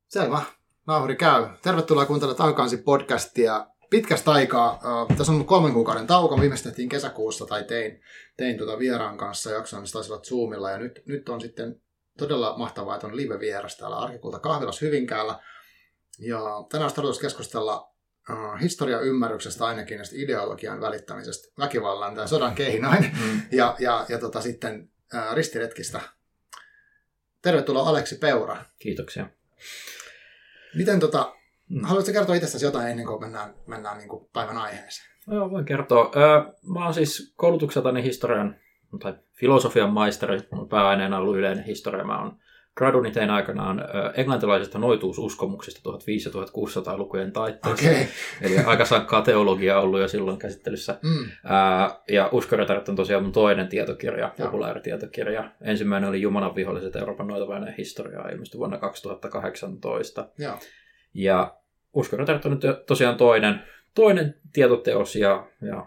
Selvä. Nauhuri käy. Tervetuloa kuuntelemaan Taukansi podcastia. Pitkästä aikaa. Tässä on 3 kuukauden tauko. Viimeksi tehtiin kesäkuussa tai tein vieraan kanssa jaksoa, missä taisi olla Zoomilla. Ja nyt on sitten todella mahtavaa, että on live-vieras täällä Arkikulta kahvilassa Hyvinkäällä. Ja tänään olisi tarkoitus keskustella historian ymmärryksestä ainakin ideologian välittämisestä, väkivallan tai sodan keinoin ja sitten ristiretkistä. Tervetuloa Aleksi Peura. Kiitoksia. Miten haluatko kertoa itsestäsi jotain ennen kuin mennään niin kuin päivän aiheeseen? Joo, voin kertoa. Mä oon siis koulutukseltani historian tai filosofian maisteri. Mun pääaineena on ollut yleinen historia. Mä oon graduni tein aikanaan englantilaisista noituususkomuksista 1500- ja 1600-lukujen taitteessa. Okay. Eli aika sankkaa teologiaa ollut jo silloin käsittelyssä. Ja Uskon-retarit on tosiaan mun toinen tietokirja, populaaritietokirja. Ensimmäinen oli Jumalan viholliset Euroopan noitaväineen historiaa, ilmestyi vuonna 2018. Ja Uskon-retarit on nyt tosiaan toinen tietoteos ja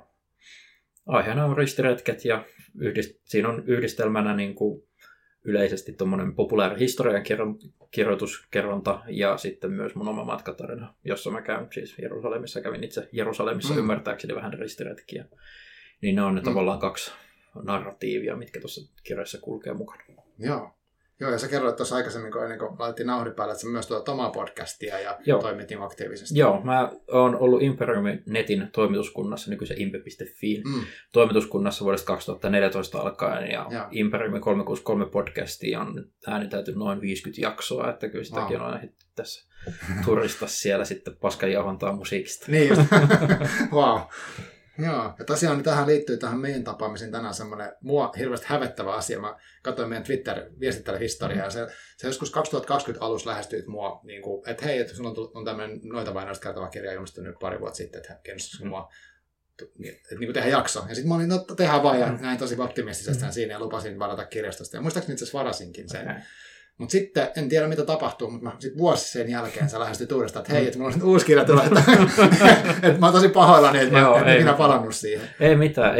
aiheena on ristiretket ja siinä on yhdistelmänä niin kuin yleisesti tuommoinen populaari historian kirjoituskerronta ja sitten myös mun oma matkatarina, jossa mä käyn siis Jerusalemissa. Kävin itse Jerusalemissa ymmärtääkseni vähän ristiretkiä. Niin ne on ne tavallaan 2 narratiivia, mitkä tuossa kirjassa kulkee mukana. Joo, ja sä kerroit tuossa aikaisemmin, ennen kuin laitettiin nauhdin päälle, että sä myös tuot omaa podcastia ja toimit niin aktiivisesti. Joo, mä oon ollut Imperiumin netin toimituskunnassa, nykyisen impe.fi toimituskunnassa vuodesta 2014 alkaen, ja Imperiumin 363 podcastia on äänitäyty noin 50 jaksoa, että kyllä sitäkin on ehditty tässä turista siellä sitten paskan jauhantaa musiikista. Niin just, wow. Joo, ja tosiaan tähän liittyy tähän meidän tapaamisiin tänään semmoinen mua hirveästi hävettävä asia. Mä katsoin meidän Twitter-viestittelyhistoriaa, ja se joskus 2020 alussa lähestyi mua, niin kuin, että hei, että sulla on tämmöinen noitavainoista kertova kirja ilmestynyt pari vuotta sitten, että kiinnostaisi mua että niin tehdä jakso. Ja sitten mä olin, no tehdään vaan, ja näin tosi optimistisesti siinä, ja lupasin varata kirjastosta. Ja muistaakseni itse asiassa varasinkin sen. Okay. Mutta sitten, en tiedä mitä tapahtuu, mutta sitten vuosi sen jälkeen sä lähestyt uudestaan, että hei, että mulla on uusi kirja tullut, että mä oon tosi pahoillani, että mä en ikinä palannut siihen. Ei mitään.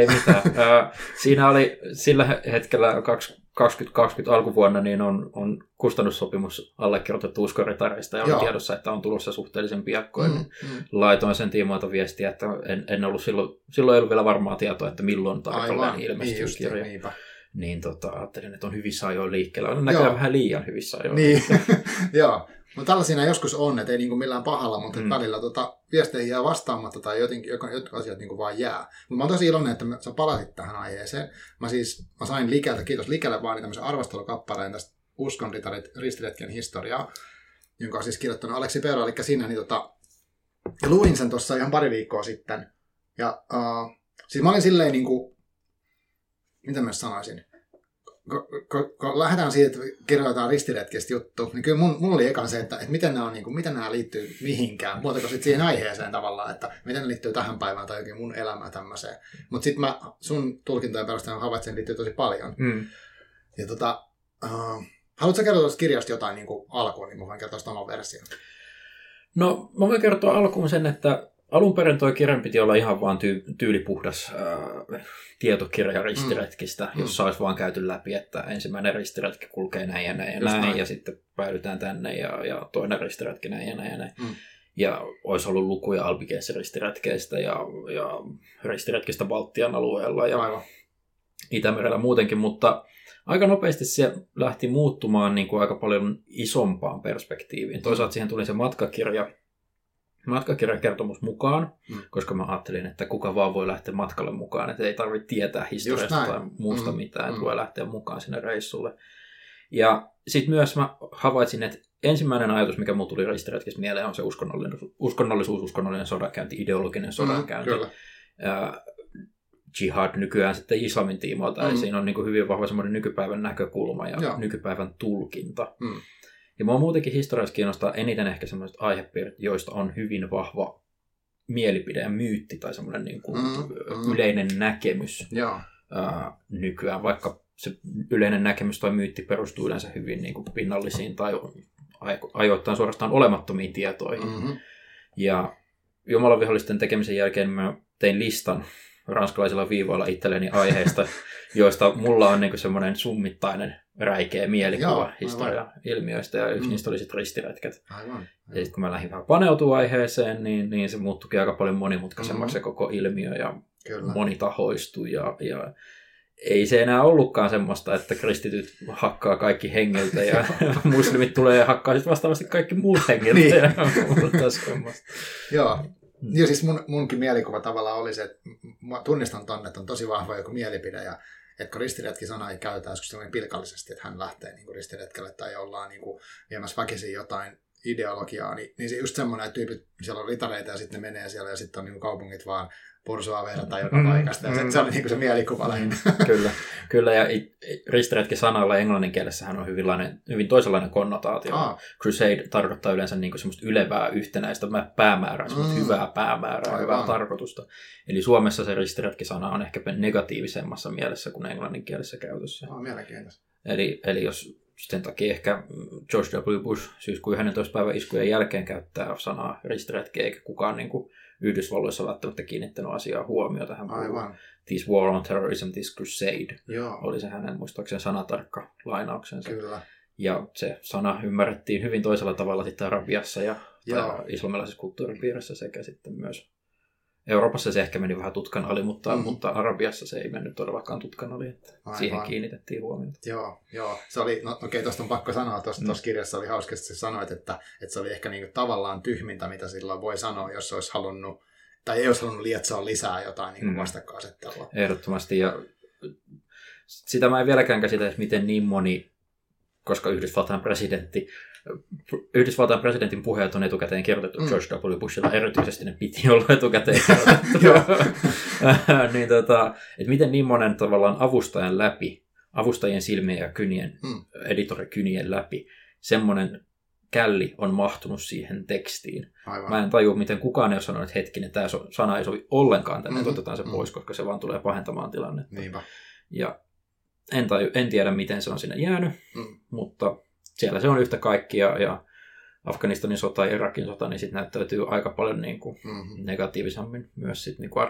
Siinä oli sillä hetkellä 2020 alkuvuonna niin on kustannussopimus allekirjoitettu Uskon-retareista ja on tiedossa, että on tulossa suhteellisen piakkoin. Laitoin sen tiimoilta viestiä, että en ollut silloin ei ollut vielä varmaa tietoa, että milloin tarkalleen ilmestyy kirja. Niinpä. Niin ajattelin, että on hyvissä ajoin liikkeellä. On näköjään vähän liian hyvissä ajoin. Niin, joo. No tällaisia joskus on, että ei niin kuin millään pahalla, mutta välillä viestejä jää vastaamatta tai jotkut asiat niin kuin vaan jää. Mutta mä oon tosi iloinen, että sä palasit tähän aiheeseen. Mä sain Likeltä, kiitos Likelle vaan tämmöisen arvostelukappaleen tästä Uskon-retarit ristiretken historiaa, jonka on siis kirjoittanut Aleksi Peura. Eli siinä ja luin sen tuossa ihan pari viikkoa sitten. Ja siis mä olin silleen niin kuin mitä mä sanoisin? Kun lähdetään siitä, että kirjoitetaan ristiretkestä juttu, niin kyllä mulla oli ekan se, että miten nämä liittyy mihinkään. Muutako sitten siihen aiheeseen tavallaan, että miten ne liittyy tähän päivään tai jokin mun elämään tämmöiseen. Mutta sitten mä sun tulkintojen perusteella havaitsen, liittyy tosi paljon. Ja haluatko kertoa tuosta kirjasta jotain niin kuin alkuun, niin mä voin kertoa sitä oman version? No, mä voin kertoa alkuun sen, että alun perin toi kirjan piti olla ihan vaan tyylipuhdas tietokirja ristiretkistä, jossa olisi vaan käyty läpi, että ensimmäinen ristiretki kulkee näin ja näin, ja sitten päädytään tänne, ja toinen ristiretki näin ja näin. Ja olisi ollut lukuja Albigensin ristiretkeistä ja ristiretkistä Baltian alueella ja Itämerellä muutenkin, mutta aika nopeasti se lähti muuttumaan niin kuin aika paljon isompaan perspektiiviin. Toisaalta siihen tuli se matkakirjakertomus mukaan, koska mä ajattelin, että kuka vaan voi lähteä matkalle mukaan, että ei tarvitse tietää historiasta tai muusta mitään, että voi lähteä mukaan sinne reissulle. Ja sitten myös mä havaitsin, että ensimmäinen ajatus, mikä mulla tuli ristiretkestä mieleen, on se uskonnollisuus, uskonnollinen sodankäynti, ideologinen sodankäynti. Jihad nykyään sitten islamin tiimoilta, eli siinä on niin kuin hyvin vahva semmoinen nykypäivän näkökulma ja nykypäivän tulkinta. Ja mua muutenkin historiassa kiinnostaa eniten ehkä sellaiset aihepiirit, joista on hyvin vahva mielipide ja myytti tai semmoinen niin kuin yleinen näkemys nykyään, vaikka se yleinen näkemys tai myytti perustuu yleensä hyvin niin kuin pinnallisiin tai ajoittain suorastaan olemattomiin tietoihin. Ja Jumalan vihollisten tekemisen jälkeen mä tein listan ranskalaisilla viivoilla itselleni aiheista, joista mulla on niin kuin semmoinen summittainen räikeä mielikuva historian ilmiöistä, ja yksi niistä oli sitten ristiretket. Aivan. Ja sitten kun mä lähdin vähän paneutumaan aiheeseen, niin se muuttuikin aika paljon monimutkaisemmaksi se koko ilmiö, ja monitahoistui, ja ei se enää ollutkaan semmoista, että kristityt hakkaa kaikki hengeltä, ja muslimit tulee ja hakkaa sitten vastaavasti kaikki muut hengeltä. Niin. Joo. Ja siis munkin mielikuva tavallaan oli se, että tunnistan tonne, että on tosi vahva joku mielipide, ja että kun ristiretki-sana ei käytä joskus pilkallisesti, että hän lähtee niin ristiretkelle tai ollaan niin kuin viemässä väkisin jotain ideologiaa, niin se just semmoinen, että tyypit, siellä on ritareita ja sitten ne menee siellä ja sitten on niin kaupungit vaan pursuaa verta joka paikasta. Ja se oli niin kuin se mielikuva lähinnä. Kyllä, ja ristiretki-sanalla englannin kielessähän on hyvin toisenlainen konnotaatio. Crusade tarkoittaa yleensä niin kuin semmoista ylevää yhtenäistä päämäärää, semmoista hyvää päämäärää, hyvää tarkoitusta. Eli Suomessa se ristiretki-sana on ehkä negatiivisemmassa mielessä kuin englannin kielessä käytössä. Mielenkiintoista. Eli jos sen takia ehkä George W. Bush syyskuun 11. päivän iskujen jälkeen käyttää sanaa ristiretki, eikä kukaan niin kuin Yhdysvalloissa välttämättä kiinnittänyt asiaa huomiota. Hän puhuu, "This war on terrorism, this crusade." Joo. Oli se hänen muistaakseen sanatarkka lainauksensa. Kyllä. Ja se sana ymmärrettiin hyvin toisella tavalla sitten Arabiassa ja islamilaisessa kulttuuripiirissä sekä sitten myös Euroopassa se ehkä meni vähän tutkan ali, mutta Arabiassa se ei mennyt todellakaan tutkan ali, että siihen kiinnitettiin huomiota. Joo. Se oli, tuosta on pakko sanoa, tuossa kirjassa oli hauska, että sä sanoit, että se oli ehkä niinku tavallaan tyhmintä, mitä silloin voi sanoa, jos olisi halunnut, tai ei olisi halunnut lietsoa lisää jotain niinku vastakkainasettelua. Ehdottomasti, ja sitä mä en vieläkään käsitä, että miten niin moni, koska Yhdysvaltain presidentin puheet on etukäteen kirjoitettu George W. Bushilla, erityisesti ne piti olla etukäteen kirjoitettu. Että miten niin monen tavallaan avustajien silmien ja kynien, editorikynien läpi, semmoinen källi on mahtunut siihen tekstiin. Aivan. Mä en tajua, miten kukaan ei ole sanonut, että hetkinen, tämä sana ei sovi ollenkaan tänne, otetaan se pois, koska se vaan tulee pahentamaan tilannetta. Niinpä. Ja en tiedä, miten se on sinne jäänyt, mutta siellä se on yhtä kaikkia, ja Afganistanin sota ja Irakin sota, niin sitten näyttäytyy aika paljon niin kuin negatiivisemmin myös sit niin kuin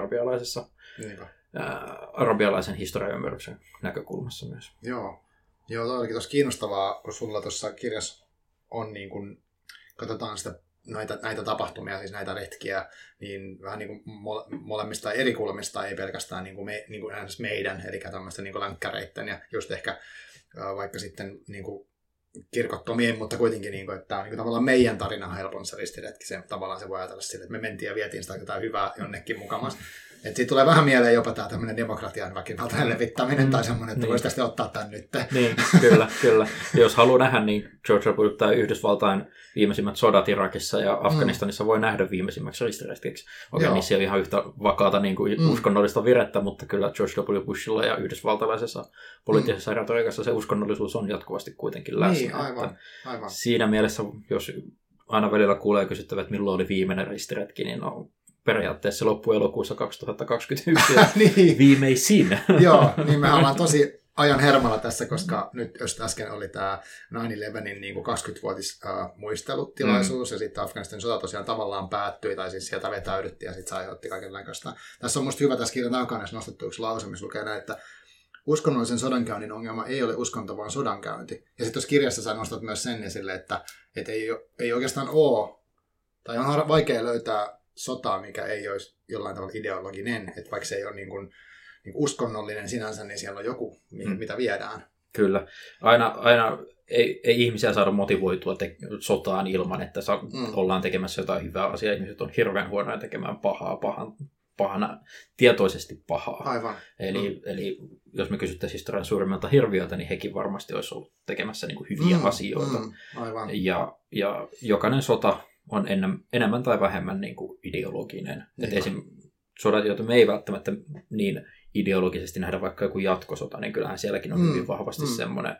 arabialaisen historiaymmärryksen näkökulmassa myös. Joo, toi olikin tosi kiinnostavaa, kun sulla tuossa kirjassa on, niin kuin, katsotaan sitä, näitä tapahtumia, siis näitä retkiä, niin vähän niin kuin molemmista eri kulmista, ei pelkästään niin kuin meidän, eli tämmöisten niin kuin länkkäreitten, ja just ehkä vaikka sitten niin kuin kirkottomien, mutta kuitenkin, niin kuin, että tämä on niin kuin, tavallaan meidän tarina helpon se ristiretki. Tavallaan se voi ajatella sille, että me mentiin ja vietiin sitä jotain hyvää jonnekin mukamassa. Että siitä tulee vähän mieleen jopa tämä tämmöinen demokratian väkivaltainen levittäminen tai semmoinen, että voisi tästä ottaa tämän nyt. Niin, kyllä. Jos haluaa nähdä, niin George W. tai Yhdysvaltain viimeisimmät sodat Irakissa ja Afganistanissa voi nähdä viimeisimmäksi ristiretkiksi. Okei, niin siellä on ihan yhtä vakaata niin kuin uskonnollista virettä, mutta kyllä George W. Bushilla ja yhdysvaltalaisessa poliittisessa retoriikassa se uskonnollisuus on jatkuvasti kuitenkin läsnä. Niin, aivan. Siinä mielessä, jos aina välillä kuulee kysyttävät, että milloin oli viimeinen ristiretki, niin periaatteessa se loppui elokuussa 2021 niin. Viimeisin. Joo, niin me ollaan tosi ajan hermalla tässä, koska nyt jos äsken oli tämä 9/11 niin kuin 20-vuotis muistelutilaisuus ja sitten Afganistanin sota tosiaan tavallaan päättyi tai siis sieltä vetäydyttiin ja sitten se aiheutti kaikenlaista. Tässä on musta hyvä tässä kirjan takana nostettu yksi lause, missä lukee näin, että uskonnollisen sodankäynnin ongelma ei ole uskonto, vaan sodankäynti. Ja sitten tuossa kirjassa sä nostat myös sen esille, että ei oikeastaan ole, tai on vaikea löytää sotaa, mikä ei olisi jollain tavalla ideologinen, että vaikka se ei ole niin kuin uskonnollinen sinänsä, niin siellä on joku, mitä viedään. Kyllä. Aina ei ihmisiä saada motivoitua sotaan ilman, että ollaan tekemässä jotain hyvää asiaa. Ihmiset on hirveän huonoja tekemään pahana, tietoisesti pahaa. Aivan. Eli jos me kysyttäisiin historian suurimmalta hirviöltä, niin hekin varmasti olisi ollut tekemässä niin kuin hyviä asioita. Aivan. Ja jokainen sota on enemmän tai vähemmän niin kuin ideologinen. Että esim. Sodat, joita me ei välttämättä niin ideologisesti nähdä, vaikka joku jatkosota, niin kyllähän sielläkin on hyvin vahvasti semmoinen,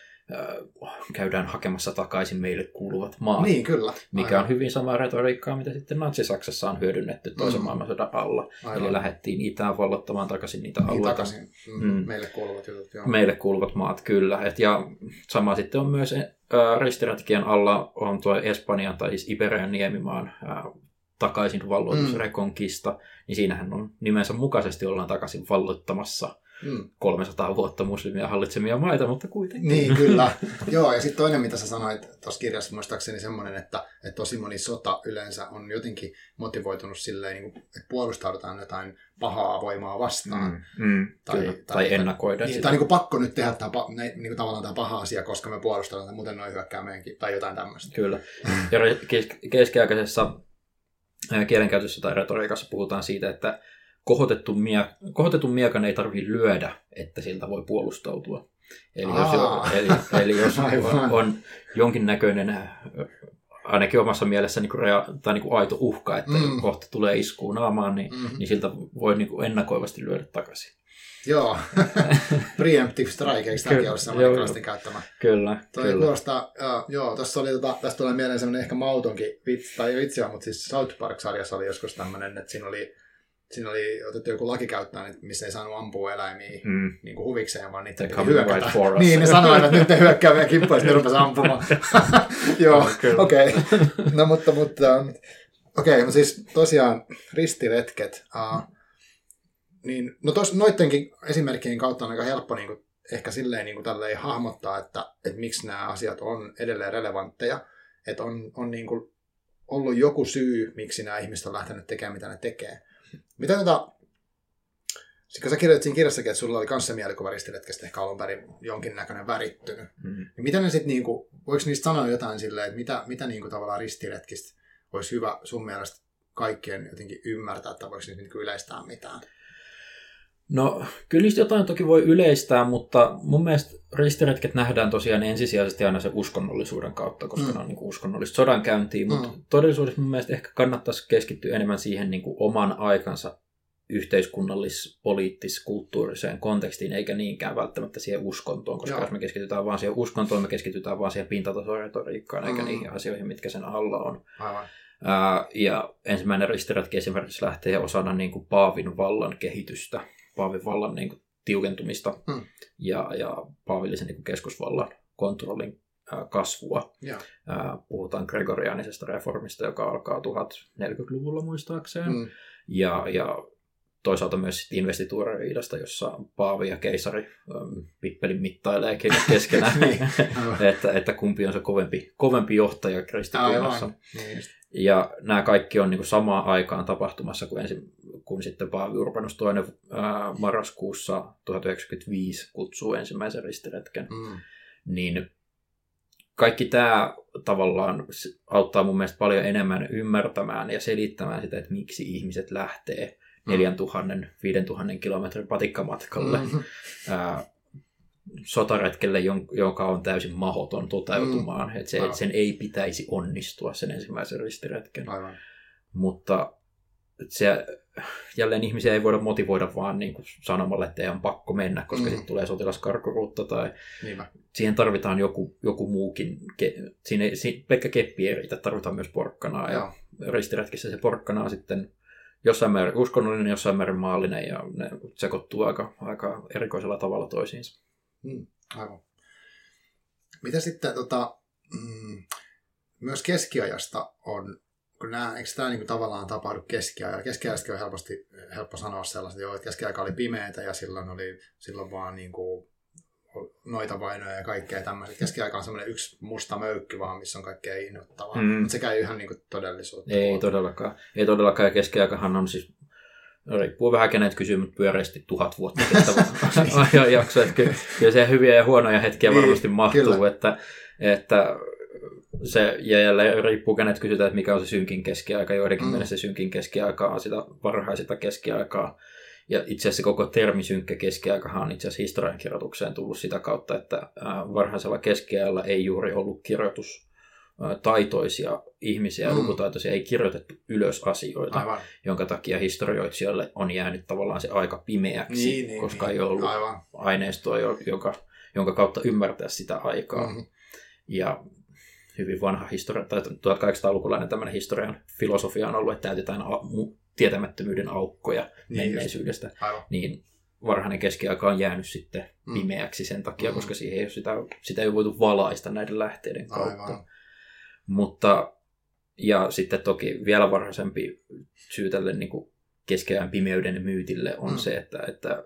käydään hakemassa takaisin meille kuuluvat maat. Niin, kyllä. Mikä on hyvin samaa retoriikkaa, mitä sitten Natsi-Saksassa on hyödynnetty toisen maailmansodan alla. Aivan. Eli lähdettiin itään vallottamaan takaisin niitä alueita. Takaisin. Meille kuuluvat jutut. Joo. Meille kuuluvat maat, kyllä. Ja sama sitten on myös ristiretkien alla on tuo Espanjan tai siis Iberian niemimaan takaisin valloitus Reconquista, niin siinähän on nimensä mukaisesti ollaan takaisin valloittamassa 300 vuotta muslimia hallitsemia maita, mutta kuitenkin. Niin, kyllä. Joo, ja sitten toinen, mitä sä sanoit tuossa kirjassa, muistaakseni semmoinen, että tosi moni sota yleensä on jotenkin motivoitunut silleen, niin kuin, että puolustaudutaan jotain pahaa voimaa vastaan. Tai ennakoida niin, sitä. Tai niin kuin pakko nyt tehdä niin kuin tavallaan tämä paha asia, koska me puolustaudutaan, muuten noin hyökkää meidänkin, tai jotain tämmöistä. Kyllä. Ja keskiaikaisessa kielenkäytössä tai retoriikassa puhutaan siitä, että kohotetun miekan ei tarvitse lyödä, että siltä voi puolustautua. Eli jos on jonkinnäköinen, ainakin omassa mielessä niin kuin aito uhka, että kohta tulee iskuu naamaan, niin siltä voi niin kuin ennakoivasti lyödä takaisin. Joo, preemptive strike, eikö tämäkin ole sellainen klastin käyttämä? Kyllä. Toi kuulostaa, tästä tulee mieleen sellainen ehkä mautonkin vitsi, tai ei vitsiä, mutta siis South Park-sarjassa oli joskus tämmöinen, että siinä oli otettu joku laki käyttää, missä ei saanut ampua eläimiä niin kuin huvikseen, vaan niitä piti hyökätä. Niin, ne sanoivat, että nyt ne hyökkää meidän kimppuun, ja ne rupesivat ampumaan. Joo, okei. No mutta siis tosiaan ristiretket. Niin, no noittenkin esimerkkien kautta on aika helppo niin kuin, ehkä silleen niin kuin tälleen hahmottaa, että miksi nämä asiat on edelleen relevantteja. Että on niin kuin ollut joku syy, miksi nämä ihmiset on lähtenyt tekemään, mitä ne tekee. Mitä kun sä kirjoitit siinä kirjassakin, että sulla oli kanssa mielikuva ristiretkestä ehkä alun perin jonkinnäköinen värittynyt. Niin miten ne sitten, niin kuin, voiko niistä sanoa jotain silleen, että mitä niin kuin tavallaan ristiretkistä olisi hyvä sun mielestä kaikkien jotenkin ymmärtää, että voiko niistä niin kuin yleistää mitään? No, kyllä niistä jotain toki voi yleistää, mutta mun mielestä ristiretket nähdään tosiaan ensisijaisesti aina sen uskonnollisuuden kautta, koska ne on niin kuin uskonnollista sodankäyntiä, mutta todellisuudessa mun mielestä ehkä kannattaisi keskittyä enemmän siihen niin kuin oman aikansa yhteiskunnallis-poliittis-kulttuuriseen kontekstiin, eikä niinkään välttämättä siihen uskontoon, koska jos me keskitytään vaan siihen uskontoon, me keskitytään vaan siihen pintatasoretoriikkaan, eikä niihin asioihin, mitkä sen alla on. Aivan. Ja ensimmäinen ristiretki esimerkiksi lähtee osana niin kuin paavin vallan kehitystä, paavin vallan niin kuin tiukentumista ja paavillisen niin kuin keskusvallan kontrollin kasvua. Puhutaan gregoriaanisesta reformista, joka alkaa 1040-luvulla muistaakseen. Ja toisaalta myös investituuririidasta, jossa paavi ja keisari pippelin mittailee keskenään, että kumpi on se kovempi johtaja kristikunnassa. Ja nämä kaikki on niin kuin samaan aikaan tapahtumassa, kun sitten Paavi Urbanus II marraskuussa 1995 kutsuu ensimmäisen ristiretken. Niin kaikki tämä tavallaan auttaa mun mielestä paljon enemmän ymmärtämään ja selittämään sitä, että miksi ihmiset lähtee 4000-5000 kilometrin patikkamatkalle sotaretkelle, joka on täysin mahdoton toteutumaan. Että sen ei pitäisi onnistua sen ensimmäisen ristiretken. Aivan. Mutta jälleen ihmisiä ei voida motivoida vaan niin kuin sanomalla, että ei ole pakko mennä, koska sitten tulee sotilaskarkuruutta tai siihen tarvitaan joku muukin. Pelkkä keppi ei riitä, tarvitaan myös porkkanaa. Ja ristiretkissä se porkkana on sitten jossain määrin uskonnollinen, jossain määrin maallinen ja ne sekoittuu aika erikoisella tavalla toisiinsa. Aivan. Mitä sitten myös keskiajasta on, kun eikö tämä niin kuin tavallaan tapahdu keskiajalla? Keskiajasta on helppo sanoa sellaista, että keskiaika oli pimeätä ja silloin vaan niin kuin noitavainoja ja kaikkea tämmöistä. Keskiaika on semmoinen yksi musta möykky vaan, missä on kaikkea innoittavaa. Mutta sekä ei ihan niin kuin todellisuutta. Ei todellakaan. Ja keskiaikahan on siis, riippuu vähän kenet kysyy, mutta pyöreästi 1000 vuotta kestävä jakso. Kyllä se hyviä ja huonoja hetkiä varmasti mahtuu. Että se, ja jälleen riippuu kenet kysytään, että mikä on se synkin keskiaika. Joidenkin mielestä se synkin keskiaika on sitä varhaisinta keskiaikaa. Ja itse asiassa koko termi synkkä keskiaikahan on itse asiassa historiankirjoitukseen tullut sitä kautta, että varhaisella keskiajalla ei juuri ollut kirjoitustaitoisia ihmisiä, lukutaitoisia, ei kirjoitettu ylös asioita, jonka takia historioitsijoille on jäänyt tavallaan se aika pimeäksi, koska ei ollut aineistoa, jonka kautta ymmärtää sitä aikaa. Ja hyvin vanha historia, tai 1800-lukulainen tämmöinen historian filosofia on ollut, että täytetään tietämättömyyden aukkoja menneisyydestä, niin varhainen keskiaika on jäänyt sitten pimeäksi sen takia, koska siihen ei ole sitä ei voitu valaista näiden lähteiden kautta. Mutta, ja sitten toki vielä varhaisempi syy tälle niin kuin keskiajan pimeyden myytille on se, että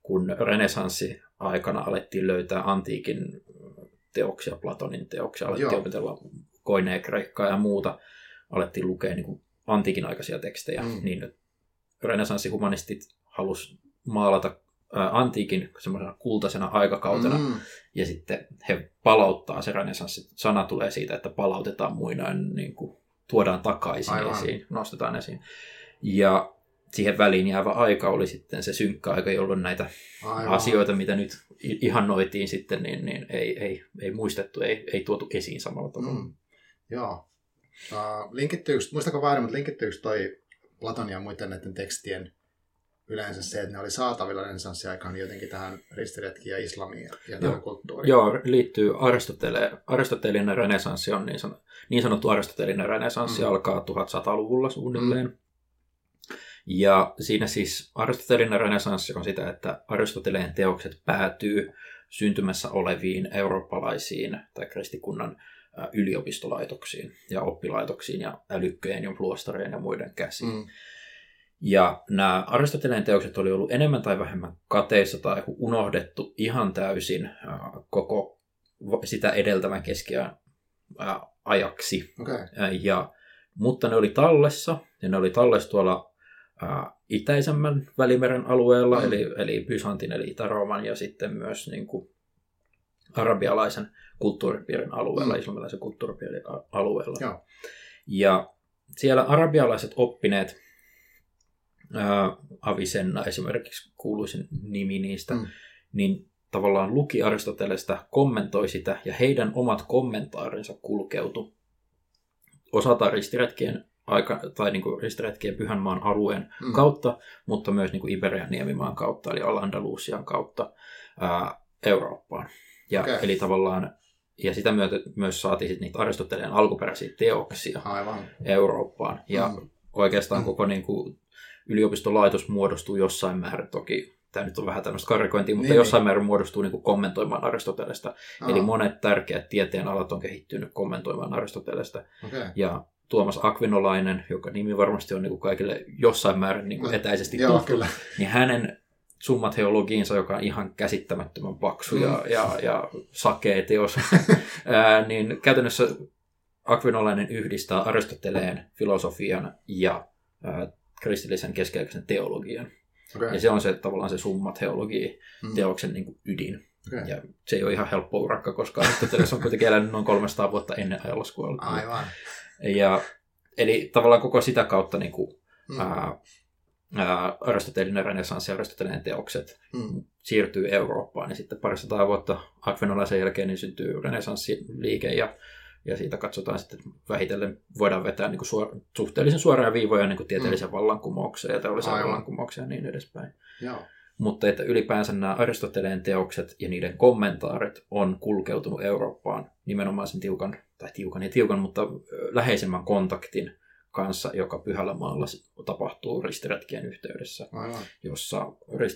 kun renessanssi-aikana alettiin löytää antiikin teoksia, Platonin teoksia, alettiin opetella koinea kreikkaa ja muuta, alettiin lukea niin kuin antiikin aikaisia tekstejä, niin renessanssihumanistit halusi maalata antiikin semmoisena kultaisena aikakautena, ja sitten he palauttaa se renessanssi. Sana tulee siitä, että palautetaan muinainen, niin kuin tuodaan takaisin esiin, nostetaan esiin. Ja siihen väliin jäävä aika oli sitten se synkkä aika, jolloin näitä asioita, mitä nyt ihannoitiin sitten, niin ei muistettu, ei tuotu esiin samalla tavalla. Joo. Muistako väärin, mutta linkittyykö toi Platonin ja muiden näiden tekstien yleensä se, että ne oli saatavilla renessanssiaikaan jotenkin tähän ristiretkiin ja islamiin ja tähän kulttuuriin? Joo, liittyy Aristoteelinen renessanssi on niin sanottu Aristoteelinen renessanssi alkaa 1100-luvulla suunnilleen. Ja siinä siis Aristoteelinen renessanssi on sitä, että Aristoteleen teokset päätyy syntymässä oleviin eurooppalaisiin tai kristikunnan yliopistolaitoksiin ja oppilaitoksiin ja älykköjen ja luostarien ja muiden käsiin. Ja nämä Aristoteleen teokset oli ollut enemmän tai vähemmän kateissa tai unohdettu ihan täysin koko sitä edeltävän keskiajan ajaksi. Mutta ne oli tallessa, ja ne oli tallessa tuolla itäisemmän Välimeren alueella, eli Byzantin, eli Itä-Rooman, ja sitten myös niin kuin arabialaisen kulttuuripiirin alueella, islamilaisen kulttuuripiirin alueella. Ja siellä arabialaiset oppineet, Avicenna esimerkiksi kuuluisin nimi niistä, niin tavallaan luki Aristotelesta, kommentoi sitä, ja heidän omat kommentaarinsa kulkeutui osaltaan ristiretkien tai niin kuin ristiretkien Pyhänmaan alueen kautta, mutta myös niin kuin Iberian niemimaan kautta, eli Al-Andalusian kautta Eurooppaan. Eli tavallaan, ja sitä myötä myös saatiin sit niitä Aristoteleen alkuperäisiä teoksia Eurooppaan. Ja oikeastaan koko niin kuin yliopistolaitos muodostuu jossain määrin, toki tämä nyt on vähän tämmöistä karikointia, mutta jossain määrin muodostuu niin kuin kommentoimaan Aristotelesta. Eli monet tärkeät tieteenalat on kehittynyt kommentoimaan Aristotelesta. Ja Tuomas Akvinolainen, joka nimi varmasti on niin kuin kaikille jossain määrin niin kuin etäisesti tuttu, niin hänen Summa Theologiinsa, joka on ihan käsittämättömän paksu ja sakea teos, niin käytännössä Akvinolainen yhdistää Aristoteleen filosofian ja kristillisen keskiaikaisen teologian. Ja se on se tavallaan se Summa Theologia teoksen niin kuin ydin. Ja se ei ole ihan helppo urakka, koska Aristoteles on kuitenkin elänyt noin 300 vuotta ennen ajallaskuolua. Aivan. Eli tavallaan koko sitä kautta niin kuin, Aristoteelinen renessanssi ja Aristoteleen teokset siirtyy Eurooppaan. Ja sitten parisataa vuotta Akvinolaisen jälkeen niin syntyy renessanssiliike ja siitä katsotaan sitten vähitellen, voidaan vetää niin kuin suhteellisen suoria viivoja niin kuin tieteellisen vallankumouksen ja teollisen vallankumouksen ja niin edespäin. Mutta että ylipäänsä nämä Aristoteleen teokset ja niiden kommentaarit on kulkeutunut Eurooppaan nimenomaan sen tiukan, mutta läheisemmän kontaktin kanssa, joka Pyhällä maalla tapahtuu ristiretkien yhteydessä, jossa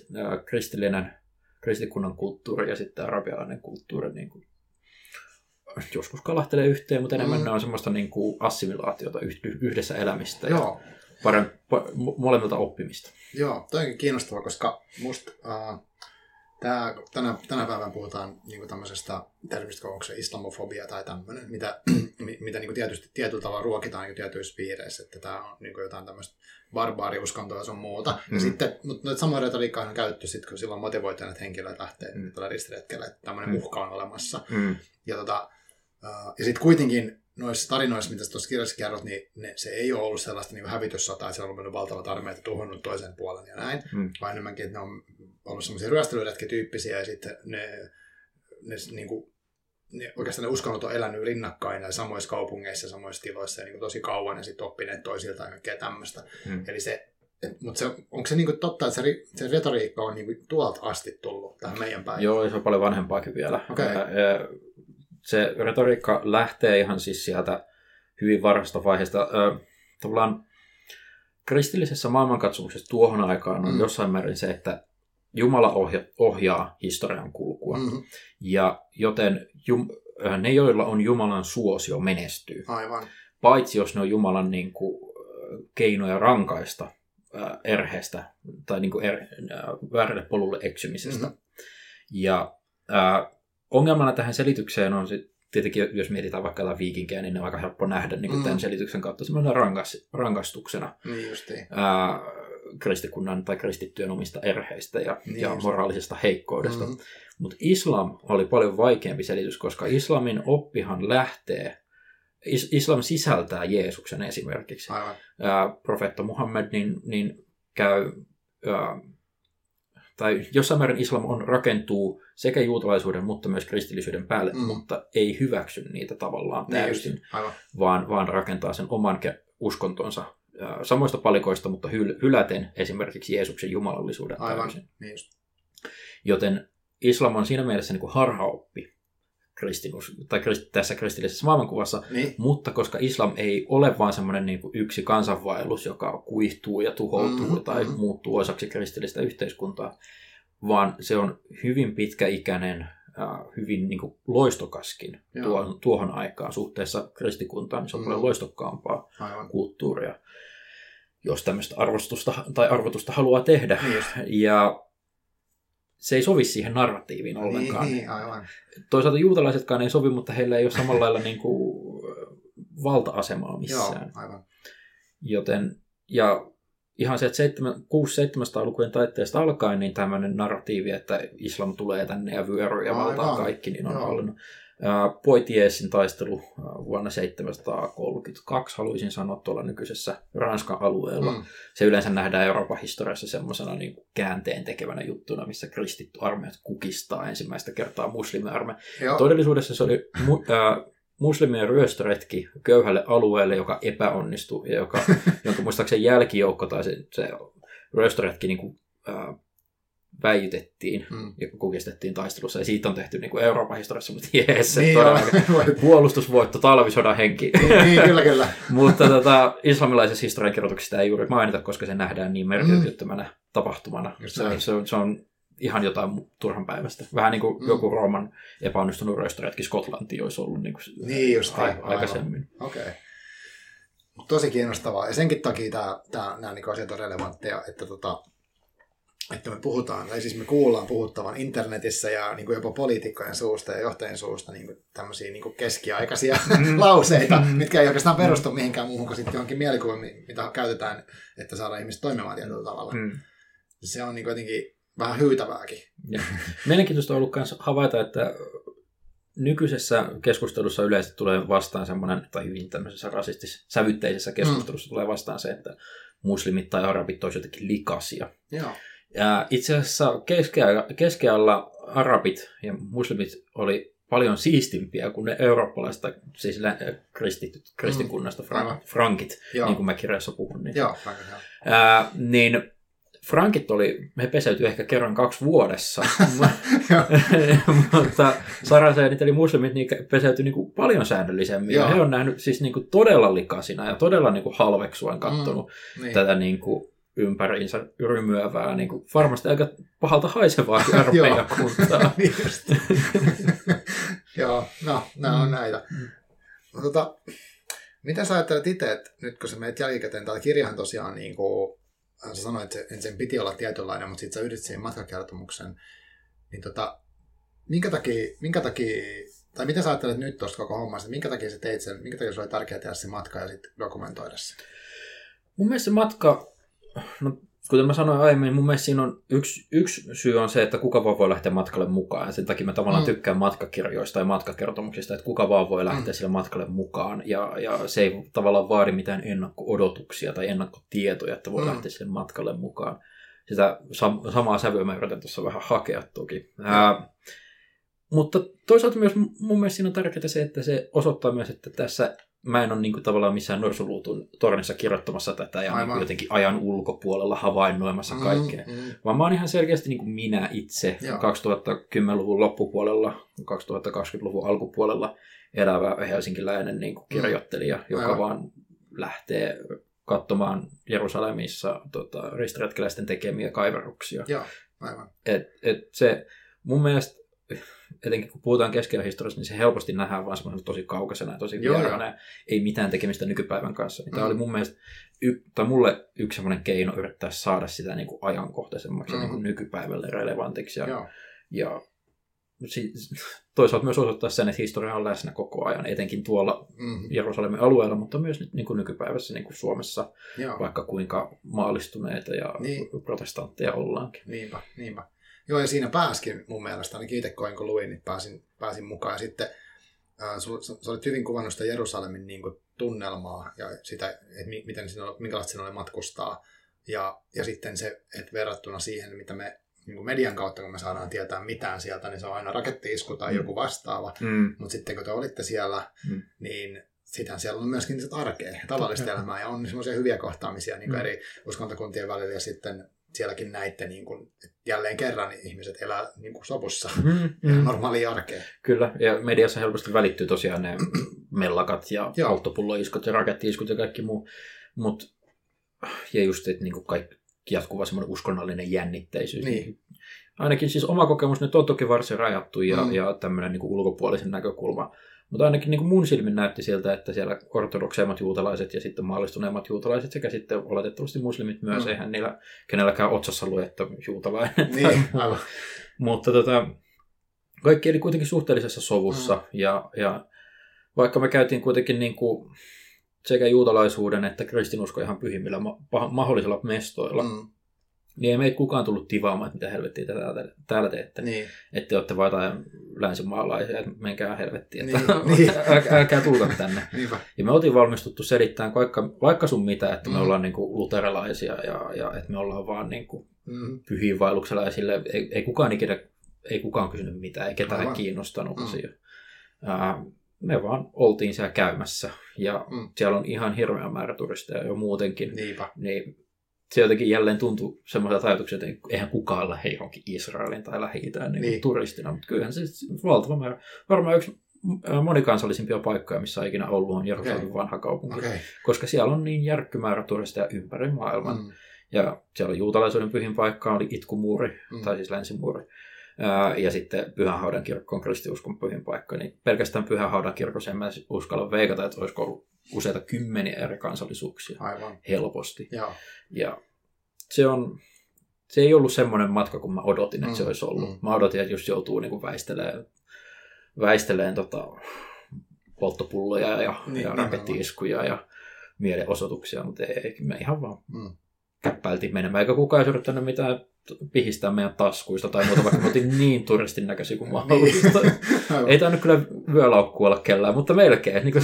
kristikunnan kulttuuri ja sitten arabialainen kulttuuri niin kuin joskus kalahtelee yhteen, mutta enemmän ne on semmoista niin kuin assimilaatiota, yhdessä elämistä ja molemmilta oppimista. Joo, toi onkin kiinnostavaa, koska musta tänä päivänä puhutaan niin tämmöisestä termistä kuin islamofobia tai tämmöinen, mitä niin tietysti tietyllä tavalla ruokitaan niin tietyissä piireissä, että tämä on niin jotain tämmöistä barbaariuskontoa ja sun muuta. Ja sitten, mutta samoin retoriikkaa on käytetty sitten, kun silloin motivoituneet henkilöt lähtee tällä ristiretkellä, että tämmöinen uhka on olemassa. Ja sitten kuitenkin noissa tarinoissa, mitä tuossa kirjassa kerrot, niin se ei ole ollut sellaista niin hävityssotaa, että siellä on ollut valtavat armeijat tuhonnut toisen puolen ja näin, vaan enemmänkin, että ne on ollut semmoisia ryöstelyretkityyppisiä ja sitten ne oikeastaan ne uskonnot on elänyt rinnakkain ja samoissa kaupungeissa, samoissa tiloissa ja niin tosi kauan ja sitten oppineet toisilta ja kaikkea tämmöistä. Eli mutta onko se niin totta, että se retoriikka on niin tuolta asti tullut tähän meidän päivään? Joo, se on paljon vanhempaakin vielä. Se retoriikka lähtee ihan siis sieltä hyvin varhaisesta vaiheesta. Tavallaan kristillisessä maailmankatsomuksessa tuohon aikaan on jossain määrin se, että Jumala ohjaa historian kulkua. Ja joten ne, joilla on Jumalan suosio, menestyy. Aivan. Paitsi jos ne on Jumalan niin kuin, keinoja rankaista erheestä tai niin kuin väärälle polulle eksymisestä. Ja ongelmana tähän selitykseen on tietenkin, jos mietitään vaikka jotain viikinkejä, niin ne on aika helppo nähdä niin kuin tämän selityksen kautta semmoisena rangaistuksena kristikunnan tai kristittyjen omista erheistä ja moraalisesta heikkoudesta. Mutta islam oli paljon vaikeampi selitys, koska islamin oppihan lähtee, islam sisältää Jeesuksen esimerkiksi. Profeetta Muhammed niin käy, tai jossain määrin islam rakentuu sekä juutalaisuuden, mutta myös kristillisyyden päälle, mutta ei hyväksy niitä tavallaan täysin, vaan rakentaa sen oman uskontonsa samoista palikoista, mutta hyläten esimerkiksi Jeesuksen jumalallisuuden täysin. Joten islam on siinä mielessä niin kuin harhaoppi tässä kristillisessä maailmankuvassa, mutta koska islam ei ole vaan semmoinen niin kuin yksi kansanvaellus, joka kuihtuu ja tuhoutuu tai muuttuu osaksi kristillistä yhteiskuntaa, vaan se on hyvin pitkäikäinen, hyvin niin kuin loistokaskin tuohon aikaan suhteessa kristikuntaan, niin se on paljon loistokkaampaa kulttuuria, jos tämmöistä arvotusta haluaa tehdä. Ja se ei sovi siihen narratiiviin ollenkaan. Toisaalta juutalaisetkaan ei sovi, mutta heillä ei ole samalla lailla niin kuin valta-asemaa missään. Joten, ja ihan se, että 600-700-lukujen taitteesta alkaen, niin tämmöinen narratiivi, että islam tulee tänne ja vyöryy ja valtaa kaikki, niin on ollut. Poitiesin taistelu vuonna 732, haluaisin sanoa, tuolla nykyisessä Ranskan alueella. Se yleensä nähdään Euroopan historiassa semmoisena niin kuin käänteen tekevänä juttuna, missä kristitty armeijat kukistaa ensimmäistä kertaa muslimiarmeija. Todellisuudessa se oli muslimien ryöstöretki köyhälle alueelle, joka epäonnistui, ja jonka muistaakseni jälkijoukko tai se ryöstöretki niin kuin, väijytettiin ja kukistettiin taistelussa. Ja siitä on tehty niin kuin Euroopan historiassa, mutta puolustusvoitto, talvisodan henki. Kyllä. Mutta islamilaisessa historiankirjoituksessa ei juuri mainita, koska se nähdään niin merkityksettömänä tapahtumana. Se on ihan jotain turhan päivästä. Vähän niin kuin joku Rooman epäonnistunut ryöstöretki Skotlantiin olisi ollut niin kuin aikaisemmin. Okei. Tosi kiinnostavaa. Ja senkin takia nämä niin asiat on relevantteja, että me puhutaan, tai siis me kuullaan puhuttavan internetissä ja niin kuin jopa poliitikkojen suusta ja johtajien suusta niin kuin tämmöisiä niin kuin keskiaikaisia lauseita, mitkä ei oikeastaan perustu mihinkään muuhun kuin sitten johonkin mielikuviin, mitä käytetään, että saadaan ihmiset toimimaan tietyllä tavalla. Se on niin kuin jotenkin vähän hyytävääkin. Mielenkiintoista on ollut myös havaita, että nykyisessä keskustelussa yleisesti tulee vastaan semmoinen, tai hyvin tämmöisessä rasistis-sävytteisessä keskustelussa tulee vastaan se, että muslimit tai arabit olisivat jotenkin likaisia. Ja itse asiassa keskiajalla arabit ja muslimit oli paljon siistimpiä kuin ne eurooppalaista, siis kristikunnasta, frankit, niin kuin mä kirjassa puhun. Niin frankit he peseytyi ehkä kerran 2 vuodessa, mutta saraseenit eli muslimit niin peseytyi niin kuin paljon säännöllisemmin. Ja he on nähnyt siis niin kuin todella likaisina ja todella niin kuin halveksuen katsonut tätä niin kuin ympäriinsä rymyävää, niin kuin varmasti aika pahalta haisevaa armeijakuntaa. Nämä on näitä. Mitä sä ajattelet itse, että nyt kun sä menet jälkikäteen, tämä kirjahan tosiaan, niin kuin sä sanoit, että sen piti olla tietynlainen, mutta sitten sä yhdistit siihen matkakertomuksen, niin minkä takia, tai mitä sä ajattelet nyt tuosta koko hommasta, minkä takia sä teit sen, minkä takia sulla oli tärkeää tehdä se matka ja sitten dokumentoida se? Mun mielestä se matka, no kuten mä sanoin aiemmin, mun mielestä siinä on yksi syy on se, että kuka vaan voi lähteä matkalle mukaan. Ja sen takia mä tavallaan tykkään matkakirjoista ja matkakertomuksista, että kuka vaan voi lähteä sille matkalle mukaan. Ja se ei tavallaan vaadi mitään ennakko-odotuksia tai ennakkotietoja, että voi lähteä sille matkalle mukaan. Sitä samaa sävyä mä yritän tuossa vähän hakea toki. Mutta toisaalta myös mun mielestä siinä on tärkeää se, että se osoittaa myös, että tässä mä en ole niin kuin tavallaan missään Norsuluutun tornissa kirjoittamassa tätä ja niin kuin jotenkin ajan ulkopuolella havainnoimassa kaikkea. Vaan mä oon ihan selkeästi niin kuin minä itse 2010-luvun loppupuolella, 2020-luvun alkupuolella elävä helsinkiläinen niin kuin kirjoittelija, joka vaan lähtee katsomaan Jerusalemissa ristiretkeläisten tekemiä kaiverruksia. Joo, aivan. Se mun mielestä etenkin kun puhutaan keskiajan historiasta, niin se helposti nähdään vaan semmoinen tosi kaukaisena ja tosi vieraana. Ei mitään tekemistä nykypäivän kanssa. Tämä oli mun mielestä, mulle yksi semmoinen keino yrittää saada sitä niin kuin ajankohtaisemmaksi ja niin kuin nykypäivälle relevantiksi. Ja toisaalta myös osoittaa sen, että historia on läsnä koko ajan, etenkin tuolla Jerusalemin alueella, mutta myös niin kuin nykypäivässä niin kuin Suomessa, vaikka kuinka maallistuneita ja protestantteja ollaankin. Niinpä. Joo, ja siinä pääskin mun mielestä, ainakin itse koin, kun luin, niin pääsin mukaan. Ja sitten sä olit hyvin kuvannut sitä Jerusalemin niin kuin tunnelmaa ja sitä, että minkälaista siinä oli matkustaa. Ja sitten se, että verrattuna siihen, mitä me niin kuin median kautta, kun me saadaan tietää mitään sieltä, niin se on aina rakettiisku tai joku vastaava. Mutta sitten kun te olitte siellä, niin sitähän siellä on myöskin arkea ja tavallista elämää. Ja on semmoisia hyviä kohtaamisia niin kuin eri uskontokuntien välillä ja sitten sielläkin näitte, niin kuin, että jälleen kerran ihmiset elää niin kuin sopussa ja normaalia arkea. Kyllä, ja mediassa helposti välittyy tosiaan ne mellakat ja polttopulloiskut ja rakettiiskut ja kaikki muu. Ja just, että niin kuin kaikki jatkuva semmoinen uskonnollinen jännitteisyys. Niin. Ainakin siis oma kokemus nyt on toki varsin rajattu ja tämmöinen niin kuin ulkopuolisen näkökulma. Mutta ainakin niin kuin mun silmin näytti siltä, että siellä ortodokseimmat juutalaiset ja sitten maallistuneemmat juutalaiset sekä sitten oletettavasti muslimit myös, eihän niillä kenelläkään otsassa lue, että juutalainen. Niin, aivan. Mutta kaikki eli kuitenkin suhteellisessa sovussa ja vaikka me käytiin kuitenkin niin kuin sekä juutalaisuuden että kristinusko ihan pyhimmillä mahdollisilla mestoilla, niin ei meitä kukaan tullut tivaamaan, että mitä helvettiä täällä teette. Niin. Että te olette vaan jotain länsimaalaisia, että menkää helvettiin, että älkää tulko tänne. Niinpä. Ja me oltiin valmistuttu selittämään vaikka sun mitä, että me ollaan niinku luterilaisia ja että me ollaan vaan niinku pyhiinvaelluksella ja sille ei kukaan kysynyt mitään, ei ketään kiinnostanut asia. Me vaan oltiin siellä käymässä ja siellä on ihan hirveä määrä turisteja jo muutenkin. Niinpä. Niin se jotenkin jälleen tuntui semmoiselta ajatukselta, että eihän kukaan lähde johonkin Israelin tai Lähi-Itään niin turistina, mutta kyllähän se valtava määrä. Varmaan yksi monikansallisimpia paikkoja, missä on ikinä ollut, on Jerusalemin vanha kaupunki, koska siellä on niin järkky määrä turisteja ympäri maailman. Ja siellä on juutalaisuuden pyhin paikka, oli Itkumuuri, tai siis länsimuuri. Ja sitten Pyhänhaudan kirkko on kristiuskon pyhin paikka, niin pelkästään Pyhänhaudan kirkossa en mä uskalla veikata, että olisiko ollut useita kymmeniä eri kansallisuuksia. Aivan. Helposti. Ja se ei ollut semmoinen matka, kun mä odotin, että se olisi ollut. Mä odotin, että just joutuu niin kuin väisteleen polttopulloja ja rakettiiskuja ja mielenosoituksia, mutta ei me ihan vaan käppäiltiin menemään, eikä kukaan olisi yrittänyt mitään pihistää meidän taskuista tai muuta, vaikka me oltiin niin turistin näköisiä kuin mahdollista. Ei tainnut kyllä vyölaukku olla kellään, mutta melkein. Niin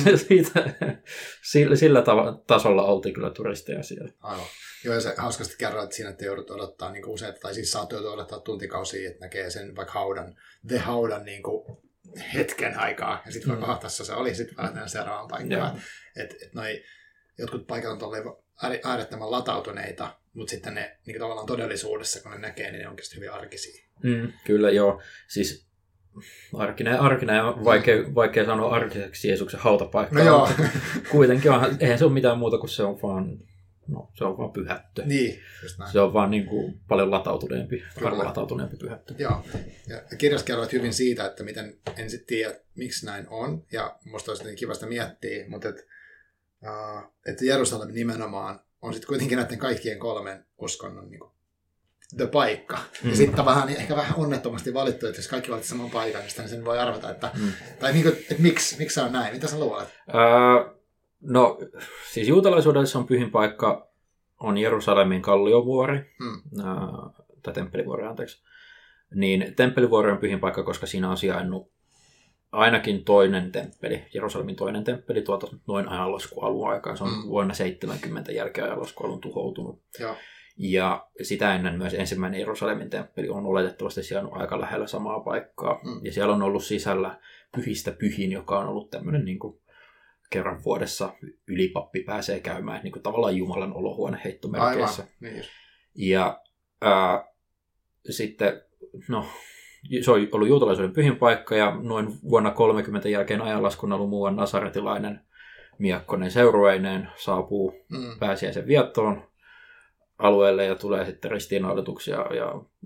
sillä tasolla oltiin kyllä turisteja siellä. Aivan. Joo, ja se hauskasti kerroit siinä, että joudut odottaa niin useita, tai siis saat odottaa tuntikausia, että näkee sen vaikka haudan niin kuin hetken aikaa, ja sitten vaikka hahtassa se oli, sitten päätään seuraavaan paikkaan. Että noi jotkut paikat on olleet äärettömän latautuneita, mutta sitten ne niin tavallaan todellisuudessa, kun ne näkee, niin ne onkin hyvin arkisia. Kyllä, joo. Siis arkinen ja vaikea sanoa arkiseksi Jeesuksen hautapaikka. No joo. Kuitenkin eihän se ole mitään muuta kuin se on vaan pyhättö. Niin, just näin. Se on vaan niin kuin paljon latautuneempi pyhättö. Joo, ja kirjassa kerroit hyvin siitä, että miten en sitten tiedä, miksi näin on, ja musta olisi niin kivasta miettiä, mutta että Jerusalem nimenomaan on sitten kuitenkin näiden kaikkien kolmen uskonnon niin kuin the paikka. Ja sitten ehkä vähän onnettomasti valittu, että jos kaikki valitsi saman paikan, niin sen voi arvata, että tai niin kuin, että miksi se on näin? Mitä sä luulet? No, siis juutalaisuudessa on pyhin paikka, on Jerusalemin kalliovuori, tai temppelivuori, anteeksi. Niin temppelivuori on pyhin paikka, koska siinä on sijainnut ainakin toinen temppeli, Jerusalemin toinen temppeli tuolta noin ajanlaskualun aikaan. Se on vuonna 70 jälkeen ajanlaskualun tuhoutunut. Ja sitä ennen myös ensimmäinen Jerusalemin temppeli on oletettavasti sijainnut aika lähellä samaa paikkaa. Ja siellä on ollut sisällä pyhistä pyhin, joka on ollut tämmöinen niin kuin kerran vuodessa ylipappi pääsee käymään, niin kuin tavallaan Jumalan olohuone heittomerkeissä. Niin. Ja sitten, se on ollut juutalaisuuden pyhin paikka, ja noin vuonna 30 jälkeen ajanlaskun ollut muuan nasaretilainen miekkonen seurueineen saapuu pääsiäisen viettoon alueelle ja tulee sitten ristiinnaulutuksia ja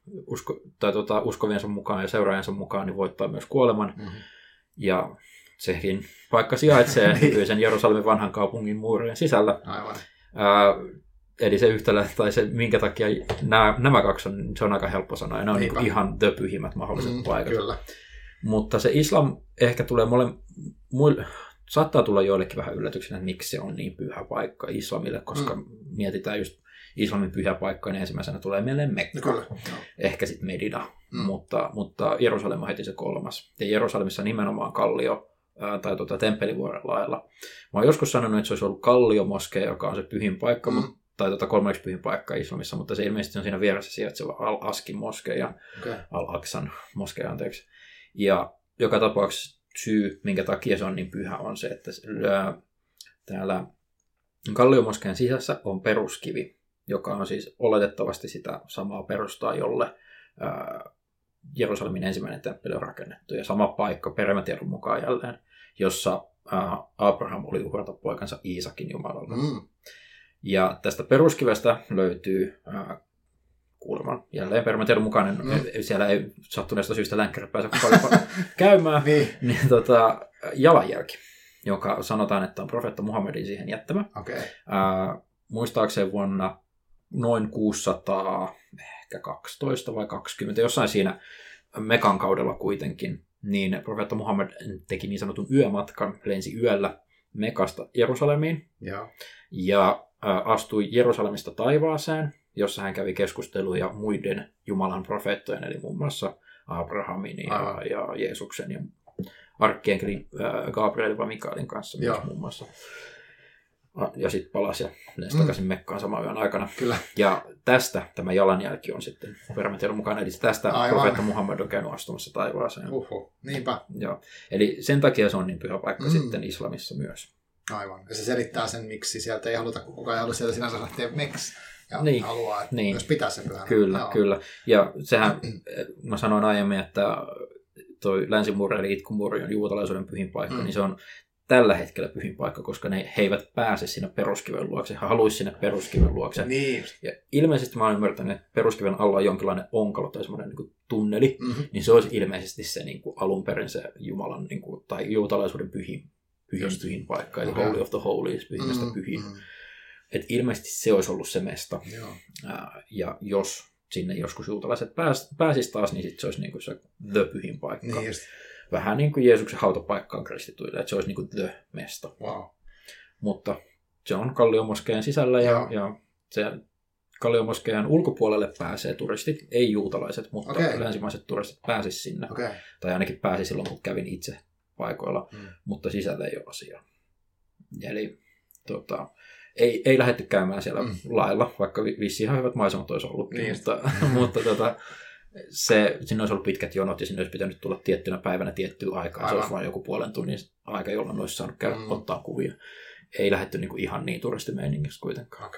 uskoviensa mukaan ja seuraajansa mukaan niin voittaa myös kuoleman. Ja sekin paikka sijaitsee nykyisen Jerusalemin vanhan kaupungin muurien sisällä. Aivan. Eli se yhtälö, tai se minkä takia nämä kaksi se on aika helppo sanoa. Ja ne on niin ihan the pyhimmät mahdolliset paikat. Kyllä. Mutta se islam ehkä tulee saattaa tulla joillekin vähän yllätyksenä, että miksi se on niin pyhä paikka islamille, koska mietitään just islamin pyhä paikka, niin ensimmäisenä tulee mieleen Mekka. Kyllä. Ehkä sitten Medina, mutta Jerusalem on heti se kolmas. Ja Jerusalemissa nimenomaan kallio tai temppelivuoren lailla. Mä oon joskus sanonut, että se olisi ollut Kallio-moskea, joka on se pyhin paikka, tai kolmanneksi pyhin paikka islamissa, mutta se ilmeisesti on siinä vieressä sijaitseva Al-Askin moskea, Al-Aqsan moskea, anteeksi. Ja joka tapauksessa syy, minkä takia se on niin pyhä, on se, että täällä Kallio-moskean sisässä on peruskivi, joka on siis oletettavasti sitä samaa perustaa, jolle Jerusalemin ensimmäinen temppeli on rakennettu. Ja sama paikka perimätiedon mukaan jälleen, jossa Abraham oli uhrata poikansa Iisakin Jumalalle. Ja tästä peruskivestä löytyy kuuleman jälleen perimätiedon mukainen, siellä ei sattuneesta syystä länkkärit pääse paljon käymään, niin jalanjälki, joka sanotaan, että on profeetta Muhammedin siihen jättämä. Muistaakseen vuonna noin 612 vai 20, jossain siinä Mekan kaudella kuitenkin, niin profeetta Muhammed teki niin sanotun yömatkan, lensi yöllä Mekasta Jerusalemiin ja astui Jerusalemista taivaaseen, jossa hän kävi keskusteluja muiden Jumalan profeettojen, eli muun muassa Abrahamin ja Jeesuksen ja arkkienkeli Gabrielin vai Mikaelin kanssa myös muun muassa. Ja sitten palasi ja lensi takaisin Mekkaan saman yön aikana. Kyllä. Ja tästä tämä jalanjälki on sitten perimätiedon mukaan, eli tästä profeetta Muhammed on käynyt astumassa taivaaseen. Niinpä. Joo. Eli sen takia se on niin pyhä paikka sitten islamissa myös. Aivan. Ja se selittää sen, miksi sieltä ei haluta, kukaan ei halua sieltä sinänsä lähteä meks. Ja haluaa, että myös pitää sen pyhänä. Kyllä. Ja sehän, mä sanoin aiemmin, että toi länsimuuri eli itkumuuri on juutalaisuuden pyhin paikka, niin se on tällä hetkellä pyhin paikka, koska he eivät pääse sinne peruskiven luokse. He haluaisivat sinne peruskiven luokse. Niin. Ja ilmeisesti mä olen ymmärtänyt, että peruskiven alla on jonkinlainen onkalo tai semmoinen niin kuin tunneli, niin se olisi ilmeisesti se niin kuin alun perin se Jumalan niin kuin, tai juutalaisuuden pyhin paikka, eli Holy of the Holies, pyhimmästä pyhin. Että ilmeisesti se olisi ollut se mesta. Ja jos sinne joskus juutalaiset pääsisi taas, niin sitten se olisi niin kuin se the pyhin paikka. Niin vähän niin kuin Jeesuksen hautapaikka on kristituille, että se olisi niin kuin the mesta. Wow. Mutta se on Kallio-moskeen sisällä ja se Kallio-moskeen ulkopuolelle pääsee turistit, ei juutalaiset, mutta länsimaiset turistit pääsisivät sinne. Tai ainakin pääsi silloin, kun kävin itse paikoilla, mutta sisällä ei ole asiaa. Eli ei lähdetty käymään siellä lailla, vaikka vissiin ihan hyvät maisemat olisi ollut, mutta sinne olisi ollut pitkät jonot ja sinne olisi pitänyt tulla tiettynä päivänä tiettyä aikaa. Se olisi vain joku puolen tunnin aika, jolloin olisi saanut käydä ottaa kuvia. Ei lähdetty niinku ihan niin turistimeiningistä kuitenkaan.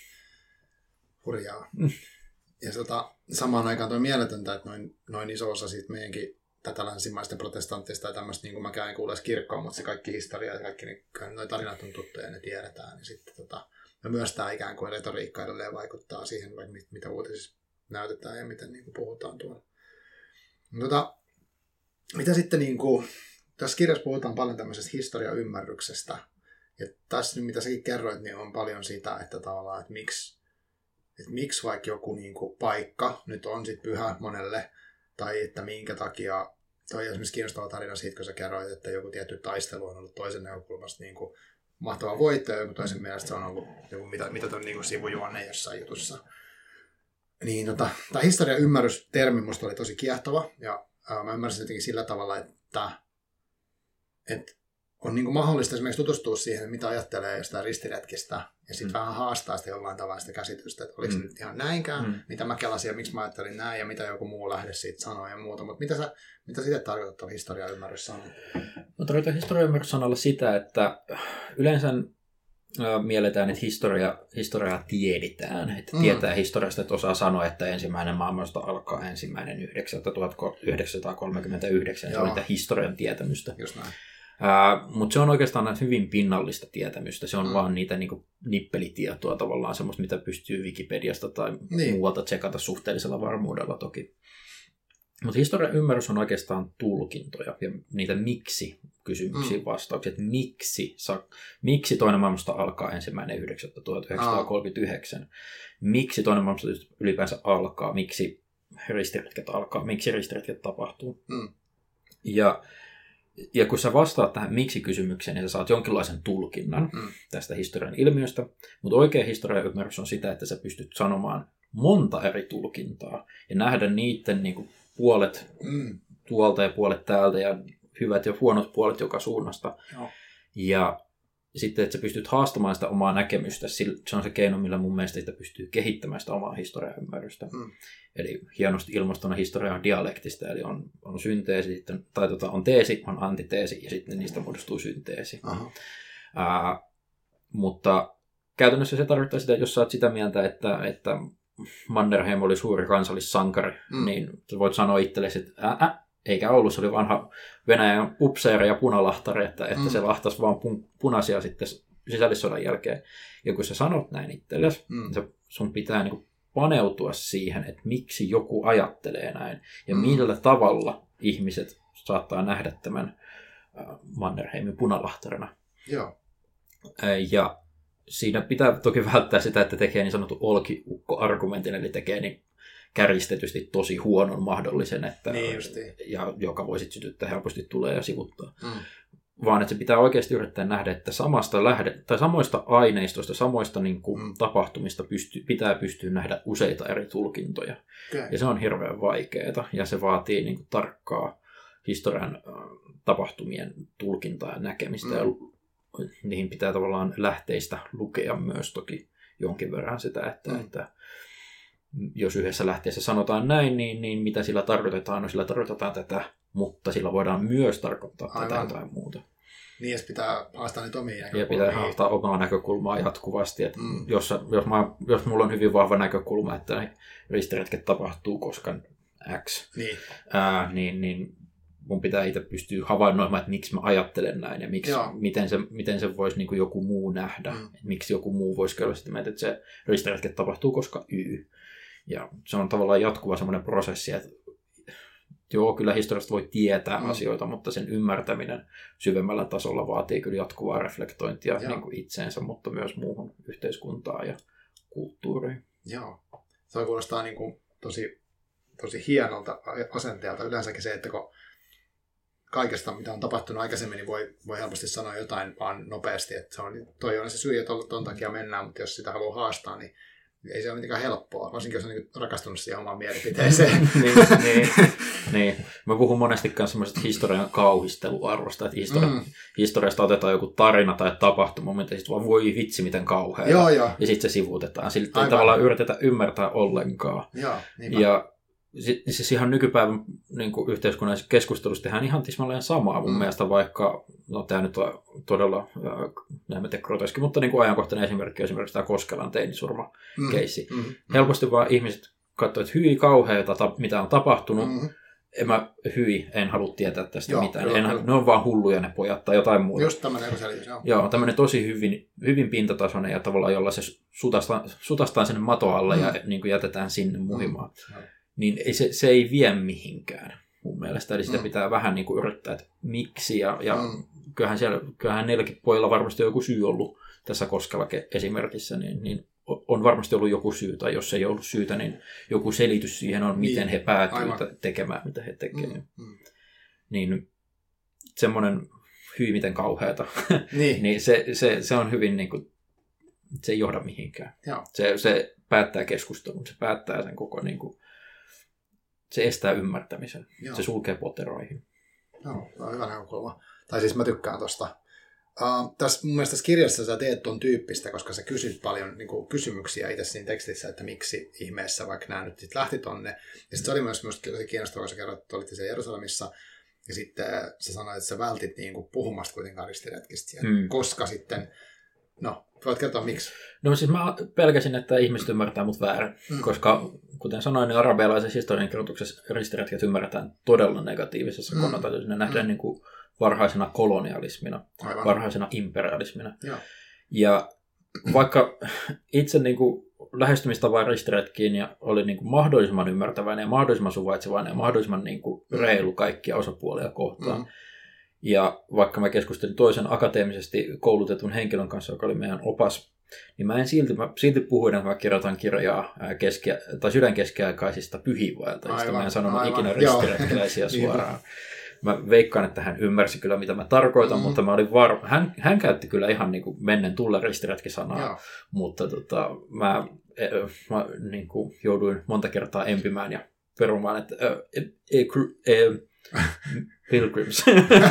Hurjaa. Ja samaan aikaan on mieletöntä, että noin iso osa siitä meidänkin tätä länsimaisten protestanttista ja tämmöistä, niin kuin mä käyn kuules kirkkoon, mutta se kaikki historia ja kaikki noi tarinat on tuttuja ja ne tiedetään. Ja sitten ja myös tämä ikään kuin retoriikka edelleen vaikuttaa siihen, mitä uutisissa näytetään ja miten niin kuin puhutaan tuolla. Mitä sitten, niin kuin, tässä kirjassa puhutaan paljon tämmöisestä historiaymmärryksestä. Ja tässä, mitä säkin kerroit, niin on paljon sitä, että tavallaan, että miksi vaikka joku niin kuin paikka nyt on sit pyhä monelle, tai että minkä takia, toi on esimerkiksi kiinnostava tarina siitä, kun sä kerroit, että joku tietty taistelu on ollut toisen näkökulmasta niin kuin mahtava voitto, ja joku toisen mielestä se on ollut joku mitätön niin kuin sivujuonne jossain jutussa. Niin tämä historian ymmärrystermi musta oli tosi kiehtova, ja mä ymmärsin jotenkin sillä tavalla, että on niin kuin mahdollista esimerkiksi tutustua siihen, mitä ajattelee jostain ristiretkistä, ja sitten vähän haastaa sitä jollain tavalla sitä käsitystä, että oliko se nyt ihan näinkään, mitä mä kelasin ja miksi mä ajattelin näin, ja mitä joku muu lähde siitä sanoo ja muuta. Mutta mitä sitten tarkoittaa historian ymmärrys sanalla? Mä tarkoitan historian ymmärrys sanalla sitä, että yleensä mielletään, että historiaa tiedetään. Että tietää historiasta, että osaa sanoa, että ensimmäinen maailmansota alkaa 1.9.1939. Se on niitä historian tietämystä. Just näin. Mutta se on oikeastaan hyvin pinnallista tietämystä. Se on vaan niitä niinku nippelitietoa tavallaan, semmoista, mitä pystyy Wikipediasta tai muualta tsekata suhteellisella varmuudella toki. Mutta historian ymmärrys on oikeastaan tulkintoja ja niitä miksi-kysymyksiin vastauksia. Että miksi toinen maailmasta alkaa 1.9.1939? Miksi toinen maailmasta ylipäänsä alkaa? Miksi ristiretket alkaa? Miksi ristiretket tapahtuu? Ja kun sä vastaat tähän miksi-kysymykseen, niin sä saat jonkinlaisen tulkinnan tästä historian ilmiöstä. Mutta oikea historian ymmärrys on sitä, että sä pystyt sanomaan monta eri tulkintaa ja nähdä niiden niin kuin puolet tuolta ja puolet täältä ja hyvät ja huonot puolet joka suunnasta. Joo. Ja sitten, että sä pystyt haastamaan sitä omaa näkemystä, se on se keino, millä mun mielestä sitä pystyy kehittämään sitä omaa historian ymmärrystä. Eli hienosti ilmastona historia on dialektista, eli on synteesi, sitten, tai on teesi, on antiteesi ja sitten niistä muodostuu synteesi. Mutta käytännössä se tarkoittaa sitä, että jos sä oot sitä mieltä, että Mannerheim oli suuri kansallissankari, niin voit sanoa itsellesi, että eikä ollut, se oli vanha Venäjän upseeri ja punalahtari, että se lahtasi vaan punaisia sitten sisällissodan jälkeen. Ja kun sä sanot näin itsellesi, sun pitää niinku paneutua siihen, että miksi joku ajattelee näin ja millä tavalla ihmiset saattaa nähdä tämän Mannerheimin punalahtarina. Joo. Ja siinä pitää toki välttää sitä, että tekee niin sanottu olkiukko-argumentin, eli tekee niin kärjistetysti tosi huonon mahdollisen, että, ja joka voi sitten sytyttää helposti tulee ja sivuttaa. Vaan että se pitää oikeasti yrittää nähdä, että samoista aineistoista, samoista niin kuin, tapahtumista pitää pystyä nähdä useita eri tulkintoja. Okay. Ja se on hirveän vaikeaa, ja se vaatii niin kuin, tarkkaa historian tapahtumien tulkintaa ja näkemistä, ja niihin pitää tavallaan lähteistä lukea myös toki jonkin verran sitä, että jos yhdessä lähteessä sanotaan näin, niin mitä sillä tarkoitetaan? No sillä tarkoitetaan tätä, mutta sillä voidaan myös tarkoittaa tätä jotain muuta. Niin, jos pitää haastaa niitä omia näkökulmia. Ja pitää haastaa omaa näkökulmaa jatkuvasti. Että jos mulla on hyvin vahva näkökulma, että ristiretket tapahtuu koska X, niin mun pitää itse pystyä havainnoimaan, että miksi mä ajattelen näin ja miten se voisi niin kuin joku muu nähdä. Miksi joku muu voisi käydä sitä mieltä, että se ristiretket tapahtuu koska Y. Ja se on tavallaan jatkuva semmoinen prosessi, että joo, kyllä historiasta voi tietää asioita, mutta sen ymmärtäminen syvemmällä tasolla vaatii kyllä jatkuvaa reflektointia niin kuin itseensä, mutta myös muuhun yhteiskuntaan ja kulttuuriin. Joo, se kuulostaa niin kuin tosi hienolta asenteelta. Yleensäkin se, että kun kaikesta, mitä on tapahtunut aikaisemmin, niin voi helposti sanoa jotain vaan nopeasti, että toi on se syy, että ton takia mennään, mutta jos sitä haluaa haastaa, niin ei se ole mitenkään helppoa, varsinkin jos on niin rakastunut siihen omaan mielipiteeseen. niin. Mä puhun monesti myös semmoisesta historian kauhisteluarvosta, että historiasta otetaan joku tarina tai tapahtuma, mutta sitten vaan voi vitsi miten kauheaa. Ja sitten se sivuutetaan. Siltä ei tavallaan yritetä ymmärtää ollenkaan. Ja siis ihan nykypäivän niin yhteiskunnallisessa keskustelussa tehdään ihan tismalleen samaa mun mielestä, vaikka, no tämä nyt on todella, näin groteski, mutta niin kuin ajankohtainen esimerkki, esimerkiksi tämä Koskelan teinisurma-keissi. Helposti vaan ihmiset katsoo, että hyi kauheata, mitä on tapahtunut, en halua tietää tästä mitään. Ne on vaan hulluja ne pojat tai jotain muuta. Just tämmöinen selitys, Joo, tämmöinen tosi hyvin pintatasoinen ja tavallaan jolla se sutastaan sinne mato alle ja niin kuin jätetään sinne muhimaan. Niin se ei vie mihinkään mun mielestä. Eli sitä pitää vähän niin kuin yrittää, että miksi. Ja kyllähän neilläkin pojilla varmasti on joku syy ollut tässä Koskela esimerkissä, niin on varmasti ollut joku syy. Tai jos ei ollut syytä, niin joku selitys siihen on, miten he päätyvät tekemään, mitä he tekevät. Niin semmoinen hyi miten kauheata, niin se on hyvin niin kuin, se ei johda mihinkään. Se päättää keskustelun, se päättää sen koko niin kuin, se estää ymmärtämisen. Se sulkee poteroihin. Joo, tämä on hyvä näkökulma. Tai siis mä tykkään tosta. Mun mielestä tässä kirjassa sä teet ton tyyppistä, koska sä kysyt paljon niin kuin, kysymyksiä itse siinä tekstissä, että miksi ihmeessä vaikka nämä nyt sit lähti tonne. Ja sitten se oli myös kiinnostavaa, kun sä kerroit, että olitte siellä Jerusalemissa. Ja sitten sä sanoit, että sä vältit niin kuin, puhumasta kuitenkaan ristiretkistä. Koska sitten, voit kertoa miksi? No siis mä pelkäsin, että ihmiset ymmärtää mut väärin, koska kuten sanoin, niin arabialaisessa historiankirjoituksessa ristiretket ymmärretään todella negatiivisessa konnotaatiossa. Ne nähdään niin kuin varhaisena kolonialismina, varhaisena imperialismina. Ja vaikka itse niin kuin lähestymistapa ristiretkiin ja oli niin kuin mahdollisimman ymmärtäväinen ja mahdollisimman suvaitsevainen ja mahdollisimman niin kuin reilu kaikkia osapuolia kohtaan. Ja vaikka mä keskustelin toisen akateemisesti koulutetun henkilön kanssa, joka oli meidän opas, niin mä silti puhuin, että mä kirjoitan kirjaa sydänkeskiaikaisista pyhiinvaeltajista. Mä en sanonut ikinä ristiretkeläisiä suoraan. Mä veikkaan, että hän ymmärsi kyllä, mitä mä tarkoitan, mutta mä olin hän käytti kyllä ihan niin kuin mennen tulle ristiretkisanaa, mutta mä niin kuin jouduin monta kertaa empimään ja perumaan, että pilgrims.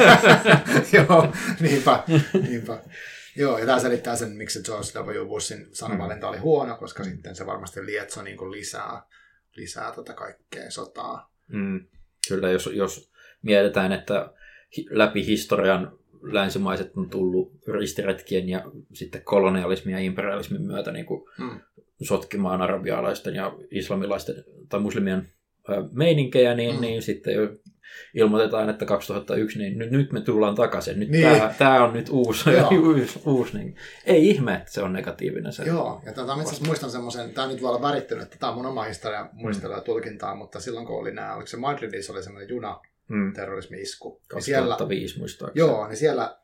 Joo, niinpä. Joo, ja tämä selittää sen, miksi George W. Bushin sanavalinta oli huono, koska sitten se varmasti lietsoi niin kuin lisää kaikkea sotaa. Kyllä, jos mietitään, että läpi historian länsimaiset on tullut ristiretkien ja sitten kolonialismin ja imperialismin myötä niin kuin sotkimaan arabialaisten ja islamilaisten tai muslimien meininkejä, niin sitten jo ilmoitetaan, että 2001, niin nyt me tullaan takaisin. Nyt tämä on nyt uusi niin. Ei ihme, että se on negatiivinen. Joo, ja muistan semmoisen, tämä nyt voi olla värittynyt, että tämä on mun oma historia muistelua ja tulkintaa, mutta silloin kun oli oliko se Madridissa oli semmoinen terrorismi-isku. 2005 muistaakseni. Joo, niin siellä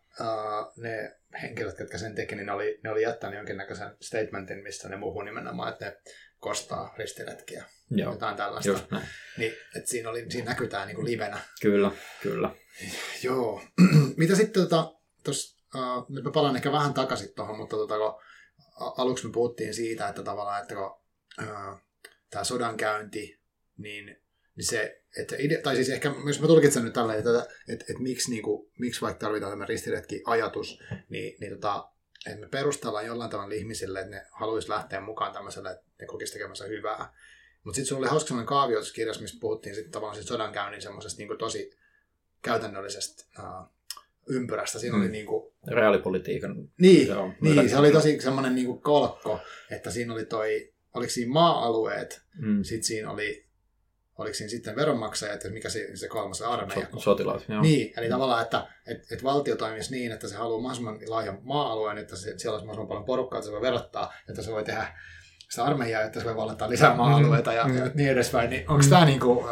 ne henkilöt, jotka sen teki, niin ne oli jättänyt jonkinnäköisen statementin, missä ne puhuu nimenomaan, että ne kostaa ristiretkiä. Jotain tällaista. Niin, että siinä näkyy tämä niin kuin livenä. Kyllä. Joo. Mitä sitten nyt mä palaan ehkä vähän takaisin tuohon, mutta kun aluksi me puhuttiin siitä, että tavallaan, että kun tämä sodankäynti, niin se, tai siis ehkä, jos mä tulkitsen nyt tälleen, että miksi vaikka tarvitaan tämmöinen ristiretki-ajatus, niin että me perustellaan jollain tavalla ihmisille, että ne haluaisi lähteä mukaan tämmöiselle, että ne kokisi tekemänsä hyvää. Mutta sitten sulla oli hauska sellainen kaavio tuossa kirjassa, missä puhuttiin sitten tavallaan sit sodankäynnin semmoisesta niin tosi käytännöllisestä ympyrästä. Siinä oli niin kuin reaalipolitiikan. Niin, se oli tosi semmoinen niin kuin kolkko, että siinä oli oliko siinä maa-alueet, sitten siinä oliko siinä sitten veronmaksajat ja mikä se kolmas armeija? Sotilaat, joo. Niin, eli tavallaan, että valtio toimisi niin, että se haluaa mahdollisimman laajan maa-alueen, että siellä olisi mahdollisimman paljon porukkaa, että se voi verottaa, että se voi tehdä sitä armeijaa, että se voi vallata lisää maa-alueita ja niin edespäin. Niin onko tämä niin kuin,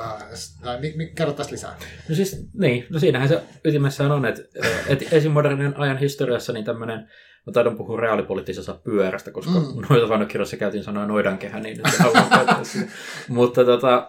kerro tästä lisää? No siis, siinähän se ytimessään on, että esimodernin ajan historiassa niin tämmöinen, mä taidan puhua reaalipoliittisessa pyörästä, koska noita vanhokirjoissa käytiin sanoa noidankehä, niin nyt haluan käyttää sitä. Mutta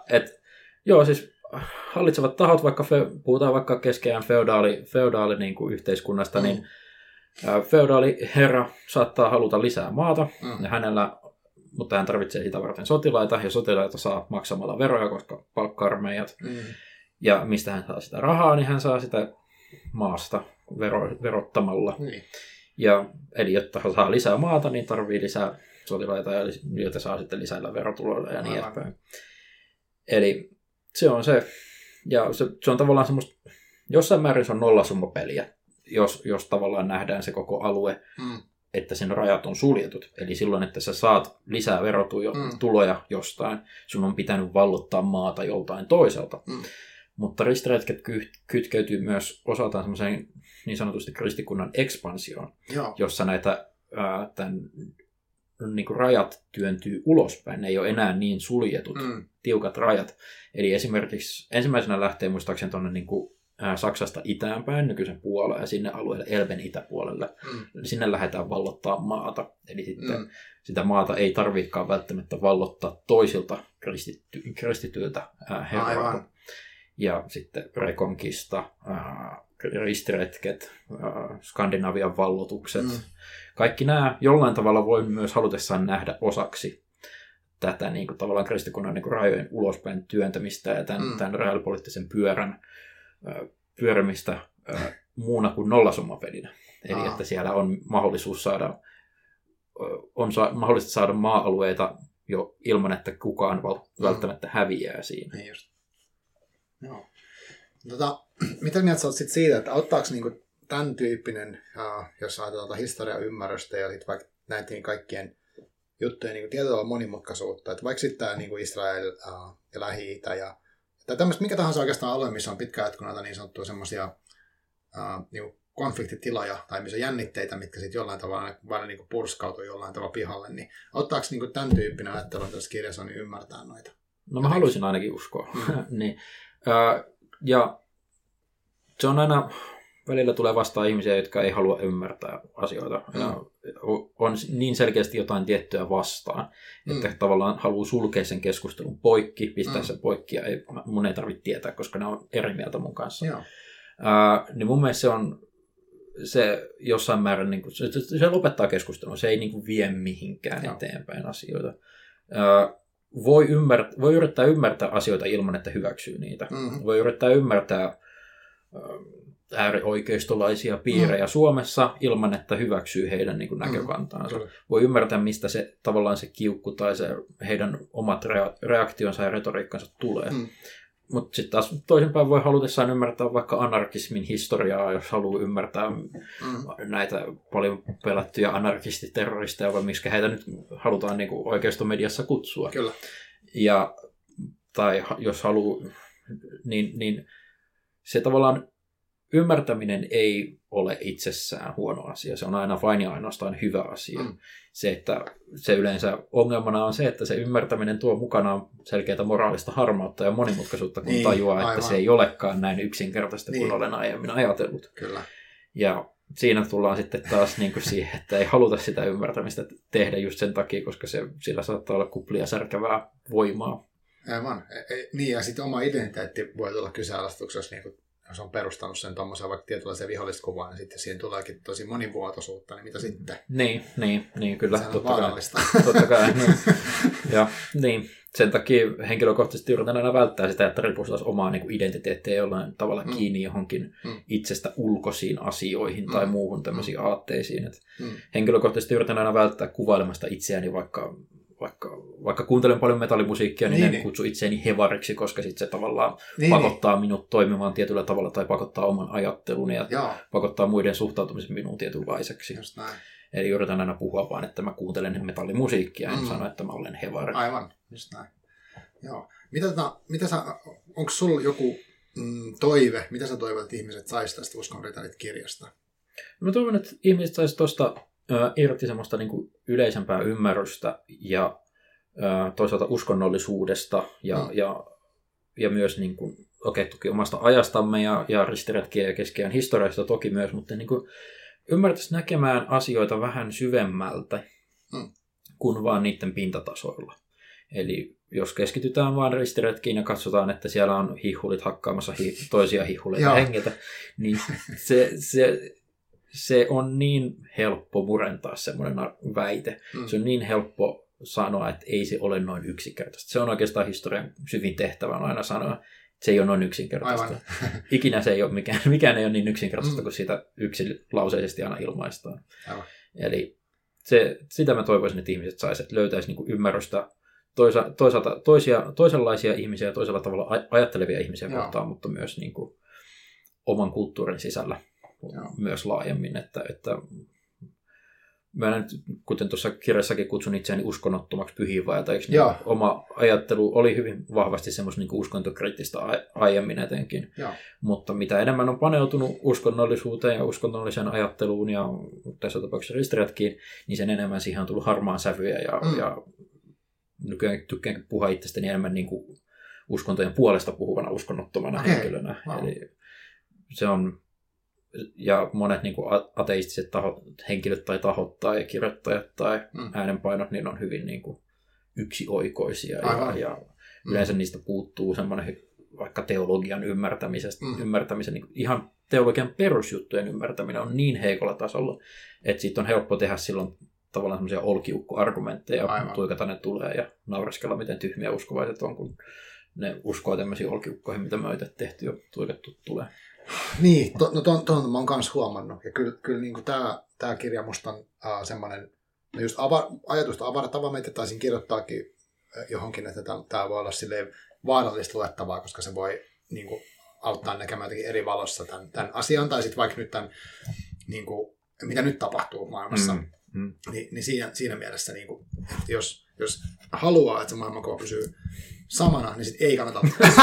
joo, siis hallitsevat tahot, vaikka puhutaan vaikka keskiajan feodaali niin kuin yhteiskunnasta, niin feodaaliherra saattaa haluta lisää maata, ja mutta hän tarvitsee sitä varten sotilaita, ja sotilaita saa maksamalla veroja, koska palkka-armeijat. Ja mistä hän saa sitä rahaa, niin hän saa sitä maasta verottamalla. Eli jotta hän saa lisää maata, niin tarvii lisää sotilaita, joita saa sitten lisää verotuloilla ja niin edespäin. Eli se on se. Ja se on tavallaan semmoista, jossain määrin se on nollasummapeliä, jos tavallaan nähdään se koko alue, että sen rajat on suljetut. Eli silloin, että sä saat lisää verotuloja jostain, sun on pitänyt vallottaa maata joltain toiselta. Mutta ristiretket kytkeytyy myös osaltaan semmoiseen niin sanotusti kristikunnan ekspansioon, jossa näitä niin kuin rajat työntyy ulospäin. Ne ei ole enää niin suljetut, tiukat rajat. Eli esimerkiksi ensimmäisenä lähtee muistaakseni tuonne niin kuin Saksasta itäänpäin, nykyisen Puolaan ja sinne alueelle Elben itäpuolelle. Sinne lähdetään vallottaa maata. Eli sitten sitä maata ei tarvitsekaan välttämättä vallottaa toisilta kristityiltä herroilta. Ja sitten Reconquista, ristiretket, Skandinavian vallotukset. Kaikki nämä jollain tavalla voi myös halutessaan nähdä osaksi tätä niin kuin, tavallaan kristikunnan niin kuin rajojen ulospäin työntämistä ja tämän reaalipoliittisen pyörän pyörimistä muuna kuin nollasummapelinä. Eli että siellä on mahdollisuus mahdollista saada maa-alueita jo ilman, että kukaan välttämättä häviää siinä. Niin just. Joo. Mitä mieltä sä oot siitä, että auttaako niinku tämän tyyppinen, jos ajatellaan historian ymmärrystä ja sit vaikka näiden kaikkien juttujen niinku tietyllä tavalla monimutkaisuutta, että vaikka sitten tämä niinku Israel ja Lähi-Itä tai tämmöistä mikä tahansa oikeastaan alue, missä on pitkään jatkuneita niin sanottuja semmoisia niinku konfliktitiloja tai missä on jännitteitä, mitkä sitten jollain tavalla vain niin purskautuu jollain tavalla pihalle, niin ottaako niin tämän tyyppinen ajattelu tässä kirjassa niin ymmärtää noita? No mä haluaisin ainakin uskoa. Niin. Ja se on aina, välillä tulee vastaan ihmisiä, jotka ei halua ymmärtää asioita. Ja on niin selkeästi jotain tiettyä vastaan, että tavallaan haluaa sulkea sen keskustelun poikki, pistää sen poikki ja mun ei tarvitse tietää, koska ne on eri mieltä mun kanssa. Niin mun mielestä se jossain määrin, niin kuin, se lopettaa keskustelun, se ei niin kuin vie mihinkään eteenpäin asioita. Voi yrittää ymmärtää asioita ilman, että hyväksyy niitä. Voi yrittää ymmärtää äärioikeistolaisia piirejä Suomessa ilman, että hyväksyy heidän niin kuin näkökantaansa. Voi ymmärtää, mistä se tavallaan se kiukku tai se heidän omat reaktionsa ja retoriikkansa tulee. Mutta sitten taas toisinpäin voi halutessaan ymmärtää vaikka anarkismin historiaa, jos haluaa ymmärtää näitä paljon pelättyjä anarkistiterroristeja, vai miksi heitä nyt halutaan niin kuin oikeistomediassa kutsua. Kyllä. Tai jos haluaa, niin se tavallaan ymmärtäminen ei ole itsessään huono asia. Se on aina vain ja ainoastaan hyvä asia. Se, että se yleensä ongelmana on se, että se ymmärtäminen tuo mukanaan selkeää moraalista harmautta ja monimutkaisuutta, kun tajuaa, että se ei olekaan näin yksinkertaista kuin olen aiemmin ajatellut. Kyllä. Ja siinä tullaan sitten taas niin kuin siihen, että ei haluta sitä ymmärtämistä tehdä just sen takia, koska sillä saattaa olla kuplia särkevää voimaa. Aivan. Niin, ja sitten oma identiteetti voi tulla kyseenalaistuksessa, niin jos on perustanut sen tuommoisen vaikka tietynlaisen viholliskuvaan, niin sitten siihen tuleekin tosi monivuotoisuutta, niin mitä sitten? Niin kyllä. Sehän on vaarallista. Totta kai, niin. Ja niin, sen takia henkilökohtaisesti yritän aina välttää sitä, että ripustaisi omaa niin kuin identiteettiä jollain tavalla kiinni johonkin itsestä ulkoisiin asioihin tai muuhun tämmöisiin aatteisiin. Henkilökohtaisesti yritän aina välttää kuvailemasta itseäni vaikka kuuntelen paljon metallimusiikkia, niin en kutsu itseäni hevariksi, koska sitten se tavallaan pakottaa minut toimimaan tietyllä tavalla tai pakottaa oman ajattelun ja pakottaa muiden suhtautumisen minuun tietynlaiseksi. Eli yritän aina puhua vaan, että mä kuuntelen metallimusiikkia, en sano, että mä olen hevari. Aivan, just näin. Joo. Onko sulla joku toive, mitä sä toivot, että ihmiset saisi tästä Uskon ritarit -kirjasta? Mä toivon, että ihmiset saisi tuosta irti semmoista niin kuin yleisempää ymmärrystä ja toisaalta uskonnollisuudesta ja myös niin kuin, toki omasta ajastamme ja ristiretkien ja keskeään historiasta toki myös, mutta niin kuin ymmärtäisi näkemään asioita vähän syvemmältä kuin vaan niiden pintatasoilla. Eli jos keskitytään vaan ristiretkiin ja katsotaan, että siellä on hihulit hakkaamassa toisia hihuleita hengiltä, niin se on niin helppo murentaa semmoinen väite. Se on niin helppo sanoa, että ei se ole noin yksinkertaista. Se on oikeastaan historian syvin tehtävä on aina sanoa, että se ei ole noin yksinkertaista. Ikinä se ei ole mikään ei ole niin yksinkertaista, kun sitä yksilauseisesti aina ilmaistaan. Aivan. Eli sitä mä toivoisin, että ihmiset saisivat, että löytäisi niinku ymmärrystä toisaalta toisenlaisia ihmisiä ja toisella tavalla ajattelevia ihmisiä kohtaan, mutta myös niinku oman kulttuurin sisällä myös laajemmin, että mä nyt, kuten tuossa kirjassakin kutsun itseäni uskonnottomaksi pyhiinvaeltajaksi, niin oma ajattelu oli hyvin vahvasti semmoista niin uskontokriittistä aiemmin etenkin. Mutta mitä enemmän on paneutunut uskonnollisuuteen ja uskonnolliseen ajatteluun ja tässä tapauksessa ristiretkiin, niin sen enemmän siihen on tullut harmaan sävyjä ja nykyään tykkään puhua itsestäni enemmän niin kuin uskontojen puolesta puhuvana uskonnottomana henkilönä. Eli se on, ja monet niin kuin ateistiset henkilöt tai tahot tai kirjoittajat tai äänenpainot, niin on hyvin niin kuin yksioikoisia ja yleensä niistä puuttuu semmoinen vaikka teologian ymmärtämisen niin ihan teologian perusjuttujen ymmärtäminen on niin heikolla tasolla, että siitä on helppo tehdä silloin tavallaan semmoisia olkiukko-argumentteja, tuikata ne tulee ja naureskella, miten tyhmiä uskovaiset on, kun ne uskoo tämmöisiä olkiukkoihin, mitä me on tehty ja tuikattu tulee. Niin, tuon mä oon kanssa huomannut. Ja kyllä niin kuin tämä kirja musta on semmoinen, just ajatusta avartava, meitä taisin kirjoittaakin johonkin, että tämä voi olla silleen vaarallista luettavaa, koska se voi niin kuin auttaa näkemään jotenkin eri valossa tämän asian, tai sitten vaikka nyt tämän, niin kuin, mitä nyt tapahtuu maailmassa. Niin siinä mielessä, niin kuin, että jos haluaa, että se maailmankuva pysyy samana, niin sitten ei kannata.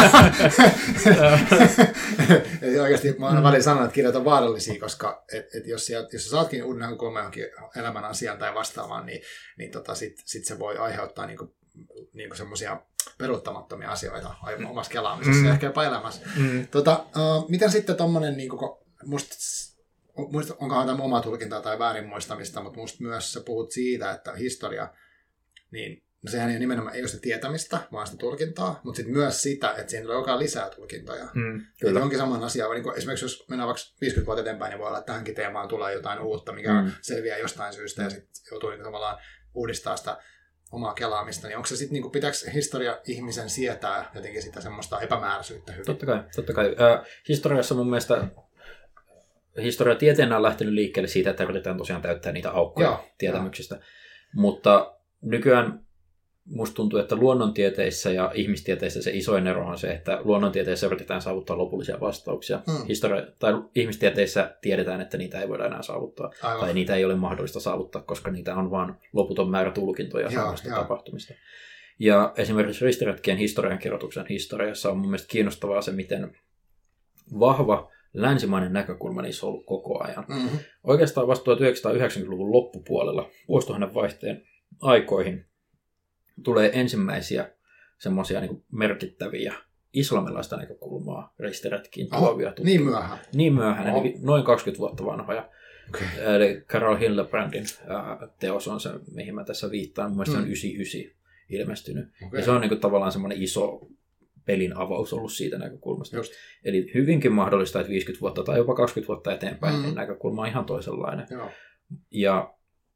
Eli oikeasti mä oon välillä sanonut, että kirjat on vaarallisia, koska jos sä saatkin uuden näkökulman johonkin elämän asiaan tai vastaavaan, niin sit se voi aiheuttaa niinku semmoisia peruuttamattomia asioita omassa kelaamisessa ja ehkä jopa elämässä. Miten sitten tommonen, niinku, onkohan tämä oma tulkinta tai väärin muistamista, mutta musta myös sä puhut siitä, että historia, niin sehän ei nimenomaan ei ole sitä tietämistä, vaan sitä tulkintaa, mutta sitten myös sitä, että siinä tulee lisää tulkintoja. Eli onkin saman asian, niin esimerkiksi jos mennään vaikka 50 vuotta eteenpäin, niin voi olla, että tähänkin teemaan tulee jotain uutta, mikä selviää jostain syystä, ja sitten joutuu niin tavallaan uudistaa sitä omaa kelaamista, niin onko se sitten, niin pitääkö historia ihmisen sietää jotenkin sitä semmoista epämääräisyyttä hyvin? Totta kai. Historiassa mun mielestä historiatieteen on lähtenyt liikkeelle siitä, että yritetään tosiaan täyttää niitä aukkoja tietämyksistä, mutta nykyään musta tuntuu, että luonnontieteissä ja ihmistieteissä se isoin ero on se, että luonnontieteissä yritetään saavuttaa lopullisia vastauksia. Ihmistieteissä tiedetään, että niitä ei voida enää saavuttaa. Aivan. Tai niitä ei ole mahdollista saavuttaa, koska niitä on vain loputon määrä tulkintoja samasta tapahtumista. Ja esimerkiksi ristiretkien historiankirjoituksen historiassa on mun mielestä kiinnostavaa se, miten vahva länsimainen näkökulma niissä on ollut koko ajan. Oikeastaan vasta 1990-luvun loppupuolella, vuosituhannen vaihteen aikoihin, tulee ensimmäisiä semmoisia niin merkittäviä islamilaista näkökulmaa ristiretkiin tuovia tutkimusta. Niin myöhään, eli noin 20 vuotta vanhoja. Okay. Eli Carol Hildebrandin teos on se, mihin mä tässä viittaan. Mun mielestä se on 99 ilmestynyt. Okay. Ja se on niin kuin, tavallaan semmoinen iso pelin avaus ollut siitä näkökulmasta. Just. Eli hyvinkin mahdollista, että 50 vuotta tai jopa 20 vuotta eteenpäin niin näkökulma on ihan toisenlainen. Joo. Ja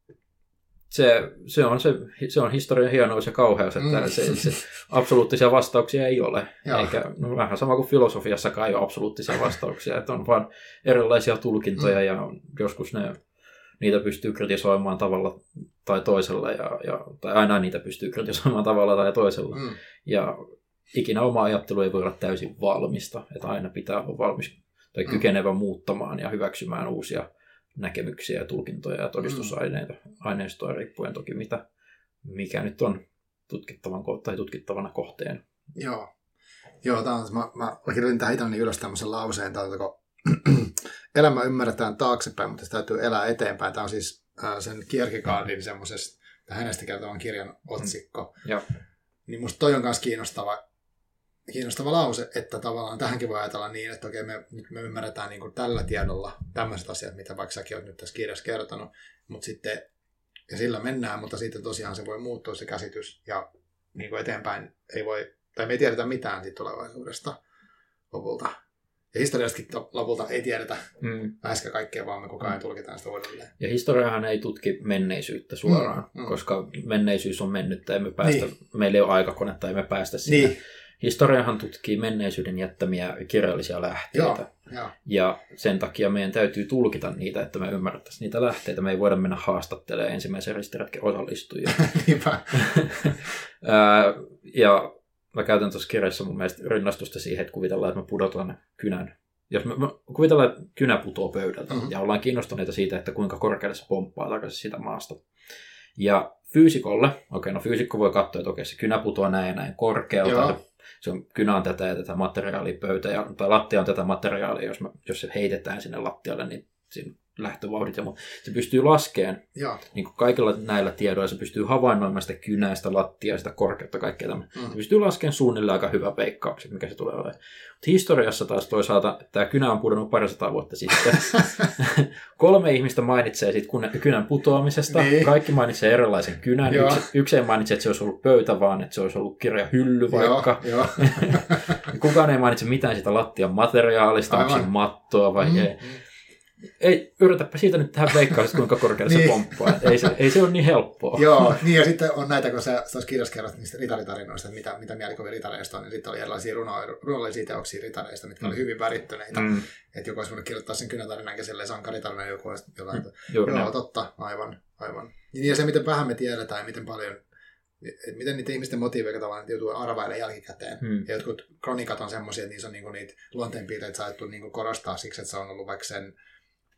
se on historian hienous ja kauheus, että se absoluuttisia vastauksia ei ole. Eikä, vähän sama kuin filosofiassakaan ei ole absoluuttisia vastauksia, että on vain erilaisia tulkintoja ja joskus niitä pystyy kritisoimaan tavalla tai toisella, tai aina niitä pystyy kritisoimaan tavalla tai toisella. Ja ikinä oma ajattelu ei voi olla täysin valmista, että aina pitää olla valmis tai kykenevä muuttamaan ja hyväksymään uusia näkemyksiä ja tulkintoja ja todistusaineistoa riippuen toki mikä nyt on tutkittavana kohteen. Joo, mä kirjoitin tähän itselleni ylös tämmöisen lauseen, kun elämä ymmärretään taaksepäin, mutta se täytyy elää eteenpäin. Tämä on siis sen Kierkegaardin semmoisesta, hänestä kertovan kirjan otsikko. Niin musta toi on myös kiinnostava lause, että tavallaan tähänkin voi ajatella niin, että okei, me ymmärretään niin kuin tällä tiedolla tämmöiset asiat, mitä vaikka säkin olet nyt tässä kirjassa kertonut, mutta sitten, ja sillä mennään, mutta sitten tosiaan se voi muuttua se käsitys, ja niin kuin eteenpäin ei voi, tai me ei tiedetä mitään siitä tulevaisuudesta lopulta. Ja historiastakin lopulta ei tiedetä läheskään kaikkea, vaan me koko ajan tulkitaan sitä uudelleen. Ja historiahan ei tutki menneisyyttä suoraan, koska menneisyys on mennyttä, meillä ei ole aikakonetta, emme päästä sinne. Niin. Historiahan tutkii menneisyyden jättämiä kirjallisia lähteitä. Ja sen takia meidän täytyy tulkita niitä, että me ymmärrettäisiin niitä lähteitä. Me ei voida mennä haastattelemaan ensimmäisen ristiretken osallistujia. Ja mä käytän tuossa kirjassa mun mielestä rinnastusta siihen, että kuvitellaan, että me pudotaan kynän. Jos me kuvitellaan, että kynä putoo pöydältä ja ollaan kiinnostuneita siitä, että kuinka korkealle se pomppaa takaisin sitä maasta. Ja fyysikolle, fyysikko voi katsoa, että okei, se kynä putoaa näin ja näin korkealta. Kynä on tätä ja tätä materiaalia pöytä, tai lattia on tätä materiaalia, jos se heitetään sinne lattialle, niin siinä lähtövauhdit. Se pystyy laskemaan niin kuin kaikilla näillä tiedoilla, se pystyy havainnoimaan sitä kynää, sitä lattiaa, sitä korkeutta, kaikkea tämmöistä. Se pystyy laskemaan suunnilleen aika hyvä peikkaukset, mikä se tulee olemaan. Mutta historiassa taas toisaalta tämä kynä on pudonnut 200 vuotta sitten. 3 ihmistä mainitsee siitä kynän putoamisesta. Niin. Kaikki mainitsee erilaisen kynän. Yksi ei mainitse, että se olisi ollut pöytä, vaan että se olisi ollut kirjahylly vaikka. Kukaan ei mainitse mitään siitä lattian materiaalista, onko se mattoa vai ei. Ei, yritäpä siitä nyt tähän veikkaan, kuinka korkealle se pomppaa. Ei se ole niin helppoa. Joo, niin ja sitten on näitä, kun sä tuossa kirjassa kerrot niistä ritaritarinoista, että mitä mielikuvia ritareista on, niin sitten oli erilaisia runollisia teoksia ritareista, mitkä oli hyvin värittyneitä. Että joku olisi voinut kirjoittaa sen kynätarinan silleen sankaritarina joku jotain. Joo, totta, aivan. Niin ja se, miten vähän me tiedetään ja miten paljon, että miten niitä ihmisten motiiveja tavallaan joutuu arvailemaan jälkikäteen. Ja jotkut kronikat on semmoisia, että niissä on niinku niitä luonteenpiirteitä saattu niinku korostaa siksi, että se on ollut vaikka sen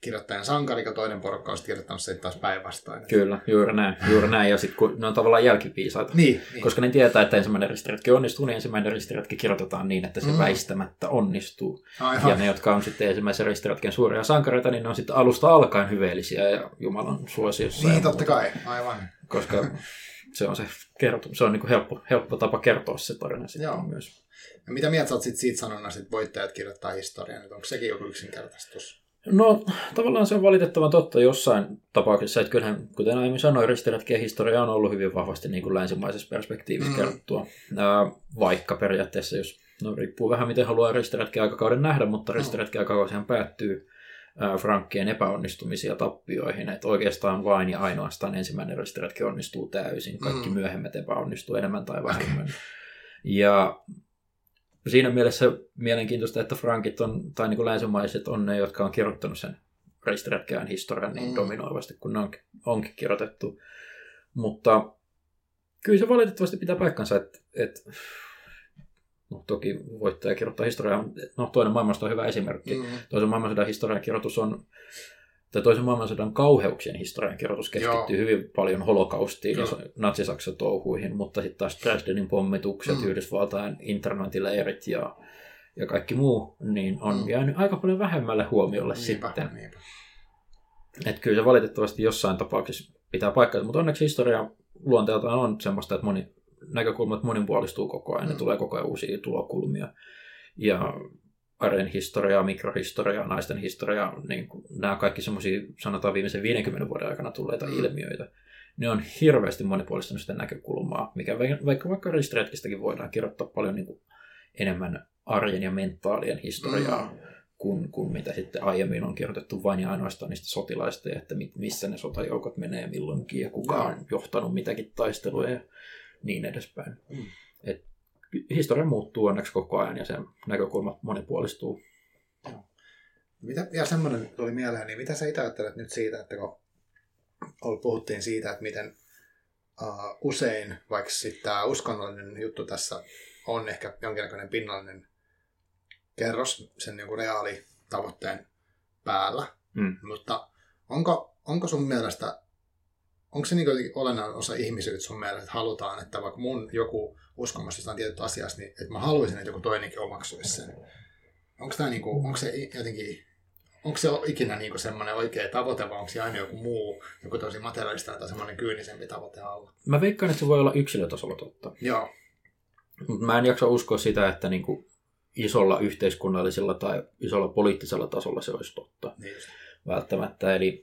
kirjoittajan sankari, ja toinen porukka on kirjoittanut sen taas päinvastoin. Kyllä, juuri näin. Ja sitten kun ne on tavallaan jälkiviisaita, niin. Koska ne tietää, että ensimmäinen ristiretki onnistuu, niin ensimmäinen ristiretki kirjoitetaan niin, että se väistämättä onnistuu. Aivan. Ja ne, jotka on sitten ensimmäisen ristiretken suuria sankareita, niin ne on sitten alusta alkaen hyveellisiä ja Jumalan suosiossa. Niin, totta kai, aivan. Koska se on se on niin kuin helppo tapa kertoa se tarina sitten myös. Ja mitä mieltä sä oot siitä sanonnasta, että voittajat kirjoittaa historiaa? Onko sekin joku yksinkertaistus? No, tavallaan se on valitettavan totta jossain tapauksessa, että kyllähän, kuten aiemmin sanoin, ristiretkien historia on ollut hyvin vahvasti niin kuin länsimaisessa perspektiivissä kerrottua. Vaikka periaatteessa, riippuu vähän miten haluaa ristiretken aikakauden nähdä, mutta ristiretken aikakausihan päättyy frankkien epäonnistumisia ja tappioihin, että oikeastaan vain ja ainoastaan ensimmäinen ristiretki onnistuu täysin, kaikki myöhemmät epäonnistuu enemmän tai vähemmän. Ja siinä mielessä mielenkiintoista, että frankit on, tai niin kuin länsimaiset on ne, jotka on kirjoittanut sen ristiretkeän historian niin dominoivasti, kun ne onkin kirjoitettu. Mutta kyllä se valitettavasti pitää paikkansa, että toki voittaja kirjoittaa historiaa. Toinen maailmansota on hyvä esimerkki. Toisen maailmansodan historiankirjoitus on, tai toisen maailmansodan kauheuksien historiankirjoitus keskittyy hyvin paljon holokaustiin ja natsi-Saksan touhuihin, mutta sitten taas Dresdenin pommitukset, Yhdysvaltain internointileirit ja kaikki muu, niin on jäänyt aika paljon vähemmälle huomiolle sitten. Että kyllä se valitettavasti jossain tapauksessa pitää paikkansa, mutta onneksi historia luonteeltaan on semmoista, että näkökulmat monipuolistuu koko ajan, ne tulee koko ajan uusia tulokulmia. Ja arjen historiaa, mikrohistoriaa, naisten historiaa, niin nämä on kaikki semmoisia, sanotaan viimeisen 50 vuoden aikana tulleita ilmiöitä. Ne on hirveästi monipuolistanut sitä näkökulmaa, mikä vaikka ristiretkistäkin voidaan kirjoittaa paljon niin kuin enemmän arjen ja mentaalien historiaa, kuin mitä sitten aiemmin on kirjoitettu vain ja ainoastaan niistä sotilaista, ja että missä ne sotajoukot menee milloinkin, ja kuka on johtanut mitäkin taisteluja ja niin edespäin. Historia muuttuu onneksi koko ajan ja sen näkökulmat monipuolistuu. Ja semmoinen tuli mieleen, niin mitä sä itse ajattelet nyt siitä, että kun puhuttiin siitä, että miten usein vaikka sitten tämä uskonnollinen juttu tässä on ehkä jonkinlainen pinnallinen kerros sen niin kuin reaalitavoitteen päällä, mutta onko sun mielestä, onko se niin olennainen osa ihmisyyttä sun mielestä, että halutaan, että vaikka mun joku uskomus jostain tietyt asiasta, niin että mä haluaisin, että joku toinenkin omaksuisi sen. Onko tämä niinku, onko se jotenkin, onko se ikinä niinku semmoinen oikea tavoite, vai onko se aina joku muu, joku tosi materiaalista tai semmoinen kyynisempi tavoite alla? Mä veikkaan, että se voi olla yksilötasolla totta. Joo. Mä en jaksa uskoa sitä, että niinku isolla yhteiskunnallisella tai isolla poliittisella tasolla se olisi totta. Niin välttämättä. Eli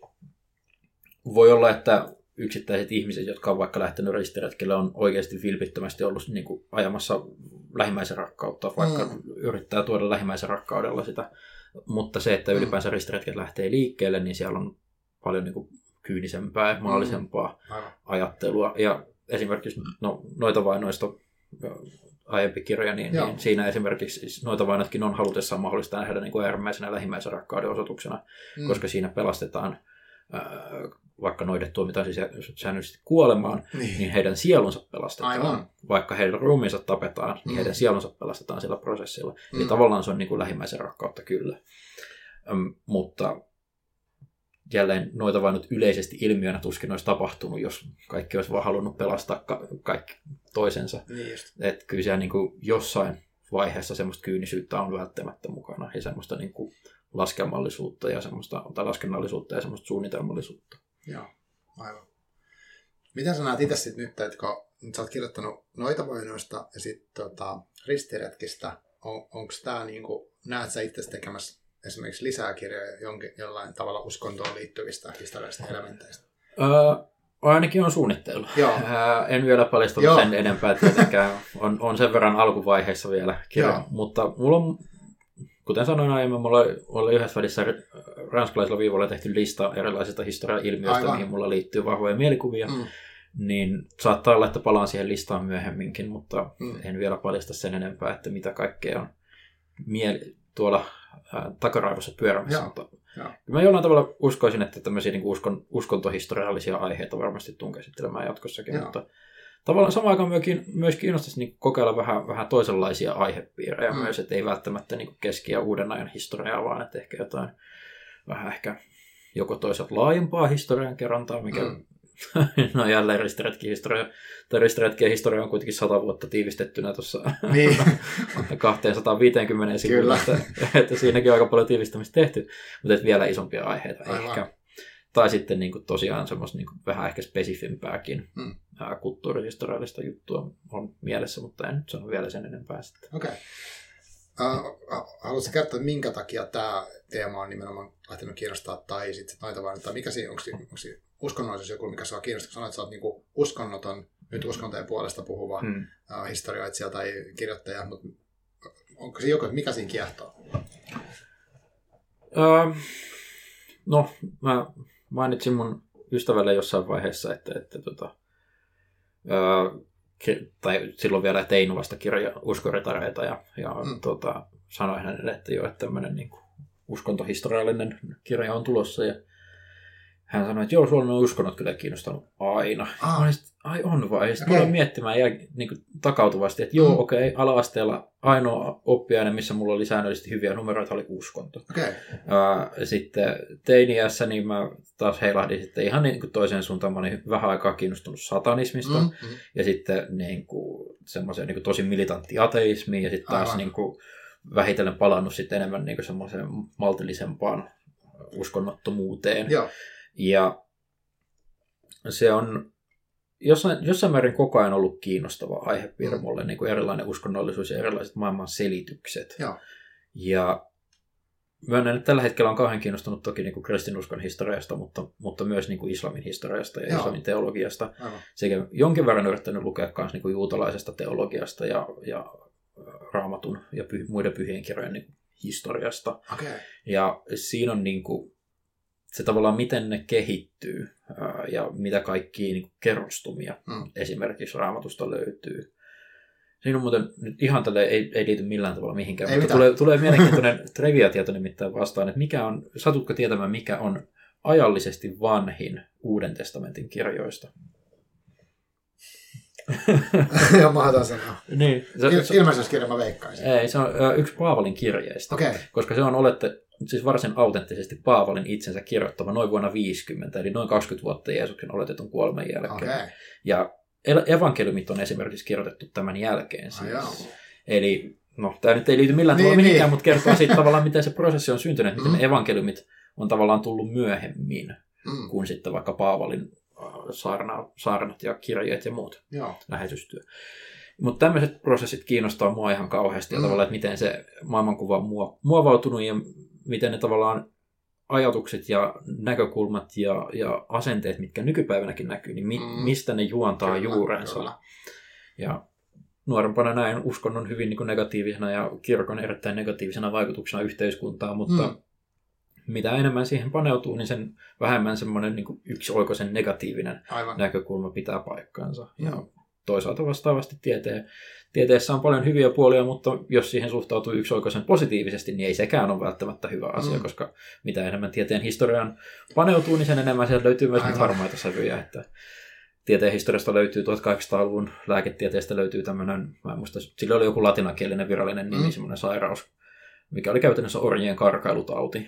voi olla, että yksittäiset ihmiset, jotka on vaikka lähtenyt ristiretkelle, on oikeasti vilpittömästi ollut niin kuin ajamassa lähimmäisen rakkautta, vaikka yrittää tuoda lähimmäisen rakkaudella sitä. Mutta se, että ylipäänsä ristiretket lähtee liikkeelle, niin siellä on paljon niin kuin kyynisempää, maallisempaa ajattelua. Ja esimerkiksi noita vainoista aiempi kirja, niin siinä esimerkiksi noita vainotkin on halutessaan mahdollista nähdä niin kuin äärimmäisenä lähimmäisen rakkauden osoituksena, koska siinä pelastetaan vaikka noiden tuomitaan siis säännöllisesti kuolemaan, niin heidän sielunsa pelastetaan. Aivan. Vaikka heidän ruumiinsa tapetaan, niin heidän sielunsa pelastetaan sillä prosessilla. Eli tavallaan se on niin kuin lähimmäisen rakkautta kyllä. Mutta jälleen noita vain nyt yleisesti ilmiönä tuskin olisi tapahtunut, jos kaikki olisi vaan halunnut pelastaa kaikki toisensa. Niin että kyllä siellä niin kuin jossain vaiheessa semmoista kyynisyyttä on välttämättä mukana ja semmoista niin kuin laskelmallisuutta ja semmoista, tai laskennallisuutta ja semmoista suunnitelmallisuutta. Joo, aivan. Miten sä näet itse sitten nyt, että kun sä oot kirjoittanut noita vainoista ja sitten ristiretkistä, onko tämä niinku, näet sä itse tekemässä esimerkiksi lisää kirjoja jollain tavalla uskontoon liittyvistä historiallisista elementeistä? Ainakin on suunnitteilla. En vielä paljastanut sen enempää tietenkään. On sen verran alkuvaiheessa vielä kirja, mutta mulla on, kuten sanoin aiemmin, mulla oli yhdessä välissä ranskalaisella viivalla tehty lista erilaisista historiailmiöistä, mihin mulla liittyy vahvoja mielikuvia. Niin saattaa olla, että palaan siihen listaan myöhemminkin, mutta en vielä paljasta sen enempää, että mitä kaikkea on tuolla takaraivossa pyörämässä. Mä jollain tavalla uskoisin, että tämmöisiä niin uskontohistoriallisia aiheita varmasti tuun käsittelemään jatkossakin, mutta tavallaan samaan aikaan myös kiinnostaisi niin kokeilla vähän toisenlaisia aihepiirejä myös, että ei välttämättä niin keski- ja uuden ajan historiaa, vaan että ehkä jotain vähän ehkä joko toisaalta laajempaa historian kerrontaa, mikä no jälleen ristiretkien historia on kuitenkin 100 vuotta tiivistettynä tuossa niin. 250 sivulla, että siinäkin on aika paljon tiivistämistä tehty, mutta vielä isompia aiheita ehkä. Tai sitten niin kuin tosiaan semmoista niin kuin vähän ehkä spesifimpääkin kulttuurihistoriallista juttua on mielessä, mutta en nyt sano vielä sen enempää sitten. Okei. Haluatko kertoa, minkä takia tämä teema on nimenomaan lähtenyt kiinnostaa, tai sitten noita vai mikä siinä, onko uskonnollisuus joku, mikä saa kiinnostaa? Sanoit, että sä oot niinku uskonnoton, nyt uskontojen puolesta puhuva historioitsija tai kirjoittaja, mutta onko se joku, mikä siinä kiehtoo? No, mä mainitsin mun ystävälle jossain vaiheessa, että tai silloin vielä tein vasta kirja uskoritareita ja sanoin hänelle, että joo, että tämmöinen niin kuin uskontohistoriallinen kirja on tulossa ja hän sanoi, että joo, sulla on uskonnot kyllä kiinnostanut aina. Ai on vai? Ja sitten miettimään niin kuin takautuvasti, että joo, okei, ala-asteella ainoa oppiaine, missä mulla oli säännöllisesti hyviä numeroita, oli uskonto. Sitten teiniässä niin mä taas heilahdin sitten ihan niin kuin toiseen suuntaan. Mä olin vähän aikaa kiinnostunut satanismista ja sitten niin kuin semmoiseen niin kuin tosi militantti ateismiin ja sitten taas niin kuin vähitellen palannut sitten enemmän niin kuin semmoiseen maltillisempaan uskonnottomuuteen. Joo. Ja se on jossain määrin koko ajan ollut kiinnostava aihepiirre mulle, niin kuin erilainen uskonnollisuus ja erilaiset maailman selitykset. Joo. Ja myönnän, että tällä hetkellä on kauhean kiinnostunut toki niin kuin kristinuskon historiasta, mutta myös niin kuin islamin historiasta ja islamin teologiasta. Sekä jonkin verran yrittänyt lukea myös niin kuin juutalaisesta teologiasta ja Raamatun ja muiden pyhien kirjojen niin kuin historiasta. Ja siinä on niin kuin se tavallaan, miten ne kehittyy ja mitä kaikkia niin kuin kerrostumia esimerkiksi Raamatusta löytyy. Siinä on muuten nyt ihan tälle ei liity millään tavalla mihinkään, mutta tulee mielenkiintoinen trivia-tieto nimittäin vastaan, että satutko tietämään, mikä on ajallisesti vanhin Uuden testamentin kirjoista? Joo, mahdoton sanoa. Niin, ilmestyiskirja mä veikkaisin. Ei, se on yksi Paavalin kirjeistä, koska se on siis varsin autenttisesti Paavalin itsensä kirjoittama noin vuonna 50, eli noin 20 vuotta Jeesuksen oletetun kuoleman jälkeen. Ja evankeliumit on esimerkiksi kirjoitettu tämän jälkeen. Siis. Eli, no, tämä nyt ei liity millään tavalla mihinkään, mutta kertoo siitä tavallaan, miten se prosessi on syntynyt, miten ne evankeliumit on tavallaan tullut myöhemmin kuin sitten vaikka Paavalin saarnat ja kirjeet ja muut lähetystyö. Mutta tämmöiset prosessit kiinnostaa mua ihan kauheasti ja tavallaan, että miten se maailmankuva on muovautunut ja miten ne tavallaan ajatukset ja näkökulmat ja asenteet, mitkä nykypäivänäkin näkyy, niin mistä ne juontaa juurensa. Kyllä. Ja nuorempana näin uskonnon hyvin niin kuin negatiivisena ja kirkon erittäin negatiivisena vaikutuksena yhteiskuntaan, mutta mitä enemmän siihen paneutuu, niin sen vähemmän semmoinen niin kuin yksioikoisen negatiivinen näkökulma pitää paikkaansa. Ja toisaalta vastaavasti tieteessä on paljon hyviä puolia, mutta jos siihen suhtautuu yksioikoisen positiivisesti, niin ei sekään ole välttämättä hyvä asia, koska mitä enemmän tieteen historiaan paneutuu, niin sen enemmän sieltä löytyy myös harmaita sävyjä. Että tieteen historiasta löytyy 1800-luvun lääketieteestä löytyy tämmöinen, mä en muista, sillä oli joku latinankielinen virallinen nimi, semmoinen sairaus, mikä oli käytännössä orjien karkailutauti.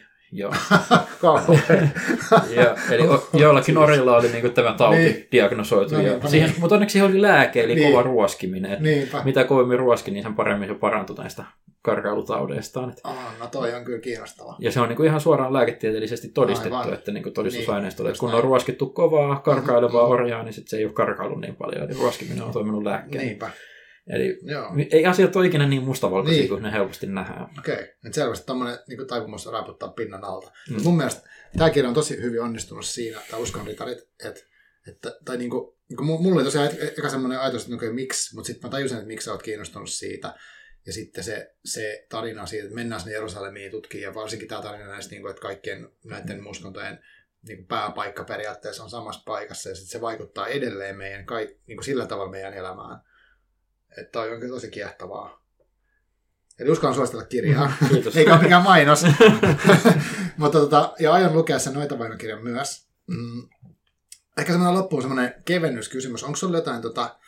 Eli joillakin orjilla oli niinku tämä tauti diagnosoitu. Mutta onneksi se oli lääke, eli kova ruoskiminen. Mitä kovemmin ruoski, niin sen paremmin se parantui näistä karkailutaudeistaan. No toi on kyllä kiinnostavaa. Ja se on niinku ihan suoraan lääketieteellisesti todistettu, että niinku todistusaineistolla, että kun on ruoskittu kovaa karkailevaa orjaa, niin sit se ei ole karkailu niin paljon. Eli ruoskiminen on toiminut lääkkeen. Niinpä. Eli ei asiat ole ikinä niin mustavalkoisia, kuin ne helposti nähdään. Okei. Selvästi tämmöinen niin taipumus raaputtaa pinnan alta. Mun mielestä tämä kirja on tosi hyvin onnistunut siinä, tämä uskonritarit, tai niin kuin mulla oli tosiaan eka semmoinen ajatus, että miksi, mutta sitten mä tajusin, että miksi sä oot kiinnostunut siitä. Ja sitten se tarina siitä, että mennään sinne Jerusalemiin tutkimaan, ja varsinkin tämä tarina näistä, että kaikkien näiden uskontojen niin pääpaikka periaatteessa on samassa paikassa, ja sitten se vaikuttaa edelleen meidän niin sillä tavalla meidän elämään. Että toi on kyllä tosi kiehtovaa. Eli uskallan suositella kirjaa. Kiitos. Eikä ole mikään mainos. Mutta ja aion lukea sen Noitavainokirjan myös. Ehkä semmoinen loppuun semmoinen kevennyskysymys. Onko sulla jotain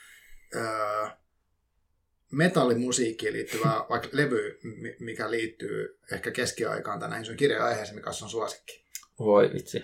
metallimusiikkiin liittyvää vaikka levy, mikä liittyy ehkä keskiaikaan tai näihin sun kirjan aiheeseen, mikä on suosikki? Voi vitsi.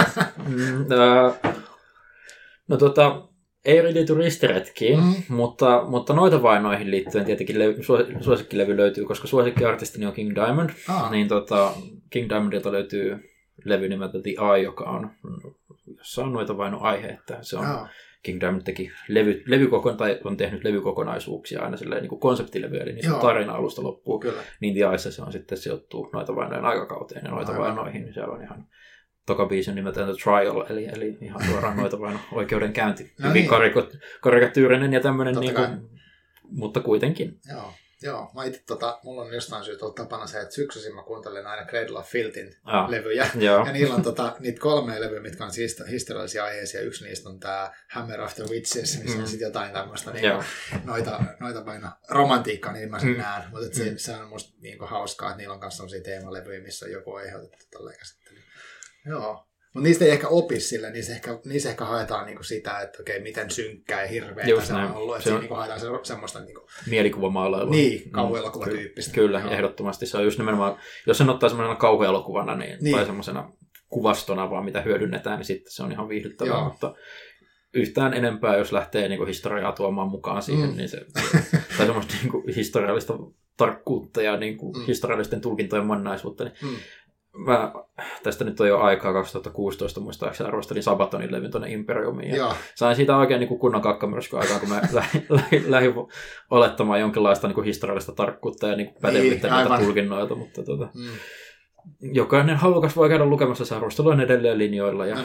No ei riity ristiretkiin, mutta noita vainoihin liittyen tietenkin suosikkilevy löytyy, koska suosikkiartistini on King Diamond. Niin King Diamondilta löytyy levy nimeltä The Eye, joka on, jossa on noita vainoaiheita. Se on King Diamond teki tai on tehnyt levykokonaisuuksia aina silleen niin kuin konseptilevyä, eli niissä on tarina alusta loppuun. Kyllä. Niin The Eyessa se on sitten sijoittuu noita vainojen aikakauteen ja noita vainoihin, niin siellä on ihan toka biisi on nimeltään The Trial, eli ihan suoraan noita vain oikeudenkäynti. Hyvin karikatyyrinen ja tämmöinen, niin kuin, mutta kuitenkin. Joo. Mä itse mulla on jostain syystä ollut tapana se, että syksyisin mä kuuntelen aina Cradle of Filthin levyjä. Ja niillä on niitä 3 levyä, mitkä on historiallisia aiheisia. Yksi niistä on tää Hammer of the Witches, missä on sitten jotain tämmöistä niin noita vain romantiikkaa, niin mä sen näen. Mutta se on musta niin hauskaa, että niillä on myös sellaisia teemalevyjä, missä joku on ehdotettu tolleen käsittelyyn. Joo. Mutta niistä ei ehkä opi sille, niissä ehkä haetaan niinku sitä, että okei, miten synkkää ja hirveätä se on ollut. Että siinä niinku haetaan semmoista niinku mielikuvamaalailua. Niin, kauhuelokuvatyyppistä. Kyllä, ehdottomasti. Se on just nimenomaan, jos sen ottaa semmoisena kauhuelokuvana tai semmoisena kuvastona vaan, mitä hyödynnetään, niin sitten se on ihan viihdyttävää. Mutta yhtään enempää, jos lähtee niinku historiaa tuomaan mukaan siihen, niin tai semmoista niinku historiallista tarkkuutta ja niinku historiallisten tulkintojen mannaisuutta, niin mä tästä nyt on jo aikaa 2016 muistaakseni arvostelin Sabatonin levyn tuonne Imperiumiin ja sain siitä oikein niin kunnon kakkamyrskyn aikaan, kun mä lähdin olettamaan jonkinlaista niin historiallista tarkkuutta ja niin pätevyyttä niitä tulkinnoilta, mutta jokainen halukas voi käydä lukemassa se arvostelun edelleen linjoilla ja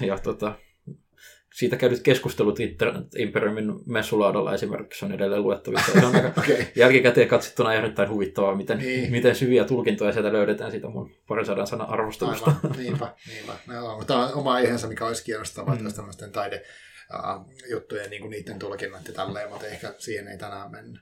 siitä käydyt keskustelut Imperiumin messulaudalla esimerkiksi on edelleen luettavissa. Se on aika jälkikäteen katsottuna erittäin huvittavaa, miten syviä tulkintoja sieltä löydetään siitä mun 200 sanan arvostelusta. Aivan, niinpä. No, mutta tämä on oma aiheensa, mikä olisi kiinnostavaa, että tämmöisten taidejuttujen niin niiden tulkinnat ja tälleen, mutta ehkä siihen ei tänään mennä.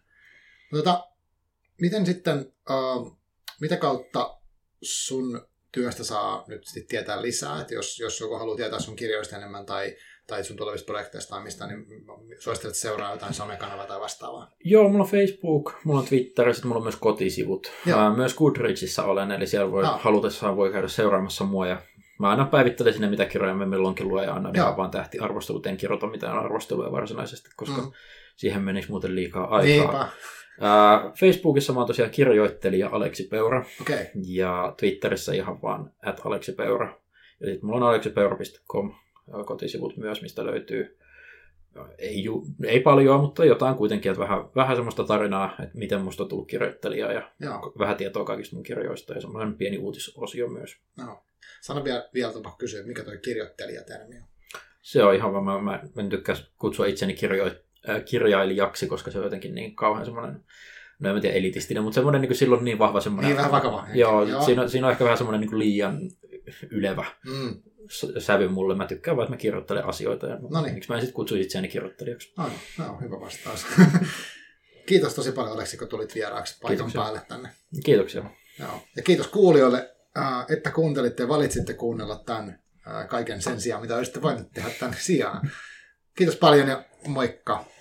Miten sitten, mitä kautta sun työstä saa nyt tietää lisää, että jos joku haluaa tietää sun kirjoista enemmän tai sun tulevista projekteista tai mistä, niin suosittelet seuraa jotain somekanavaa tai vastaavaa? Joo, mulla on Facebook, mulla on Twitter ja sitten mulla on myös kotisivut. Myös Goodreadsissa olen, eli siellä halutessaan voi käydä seuraamassa mua. Ja mä aina päivittelen sinne, mitä kirjoja me milloinkin luen ja annan ihan vaan tähtiarvostelut. En kirjoita mitään arvosteluja varsinaisesti, koska siihen menisi muuten liikaa aikaa. Facebookissa mä oon tosiaan kirjoittelija Aleksi Peura. Ja Twitterissä ihan vaan @aleksipeura. Ja sitten mulla on aleksipeura.com. kotisivut myös, mistä löytyy, ei paljon, mutta jotain kuitenkin, että vähän semmoista tarinaa, että miten musta on tullut kirjoittelija ja vähän tietoa kaikista mun kirjoista ja semmoinen pieni uutisosio myös. Sano vielä tapa kysyä, mikä toi kirjoittelijatermi on? Se on ihan vaan, mä en tykkää kutsua itseni kirjailijaksi, koska se on jotenkin niin kauhean semmoinen, no en tiedä elitistinen, mutta semmoinen niin silloin niin vahva semmoinen. Niin vähän vakava. Joo. Siinä on ehkä vähän semmoinen niin liian ylevä sävy mulle. Mä tykkään vaan, että mä kirjoittelen asioita. Ja miksi mä en sitten kutsuisi itseäni kirjoittelijaksi? Hyvä vastaus. Kiitos tosi paljon, Aleksi, kun tulit vieraaksi paikan päälle tänne. Kiitoksia. Ja kiitos kuulijoille, että kuuntelitte ja valitsitte kuunnella tämän kaiken sen sijaan, mitä olisitte voineet tehdä tämän sijaan. Kiitos paljon ja moikka!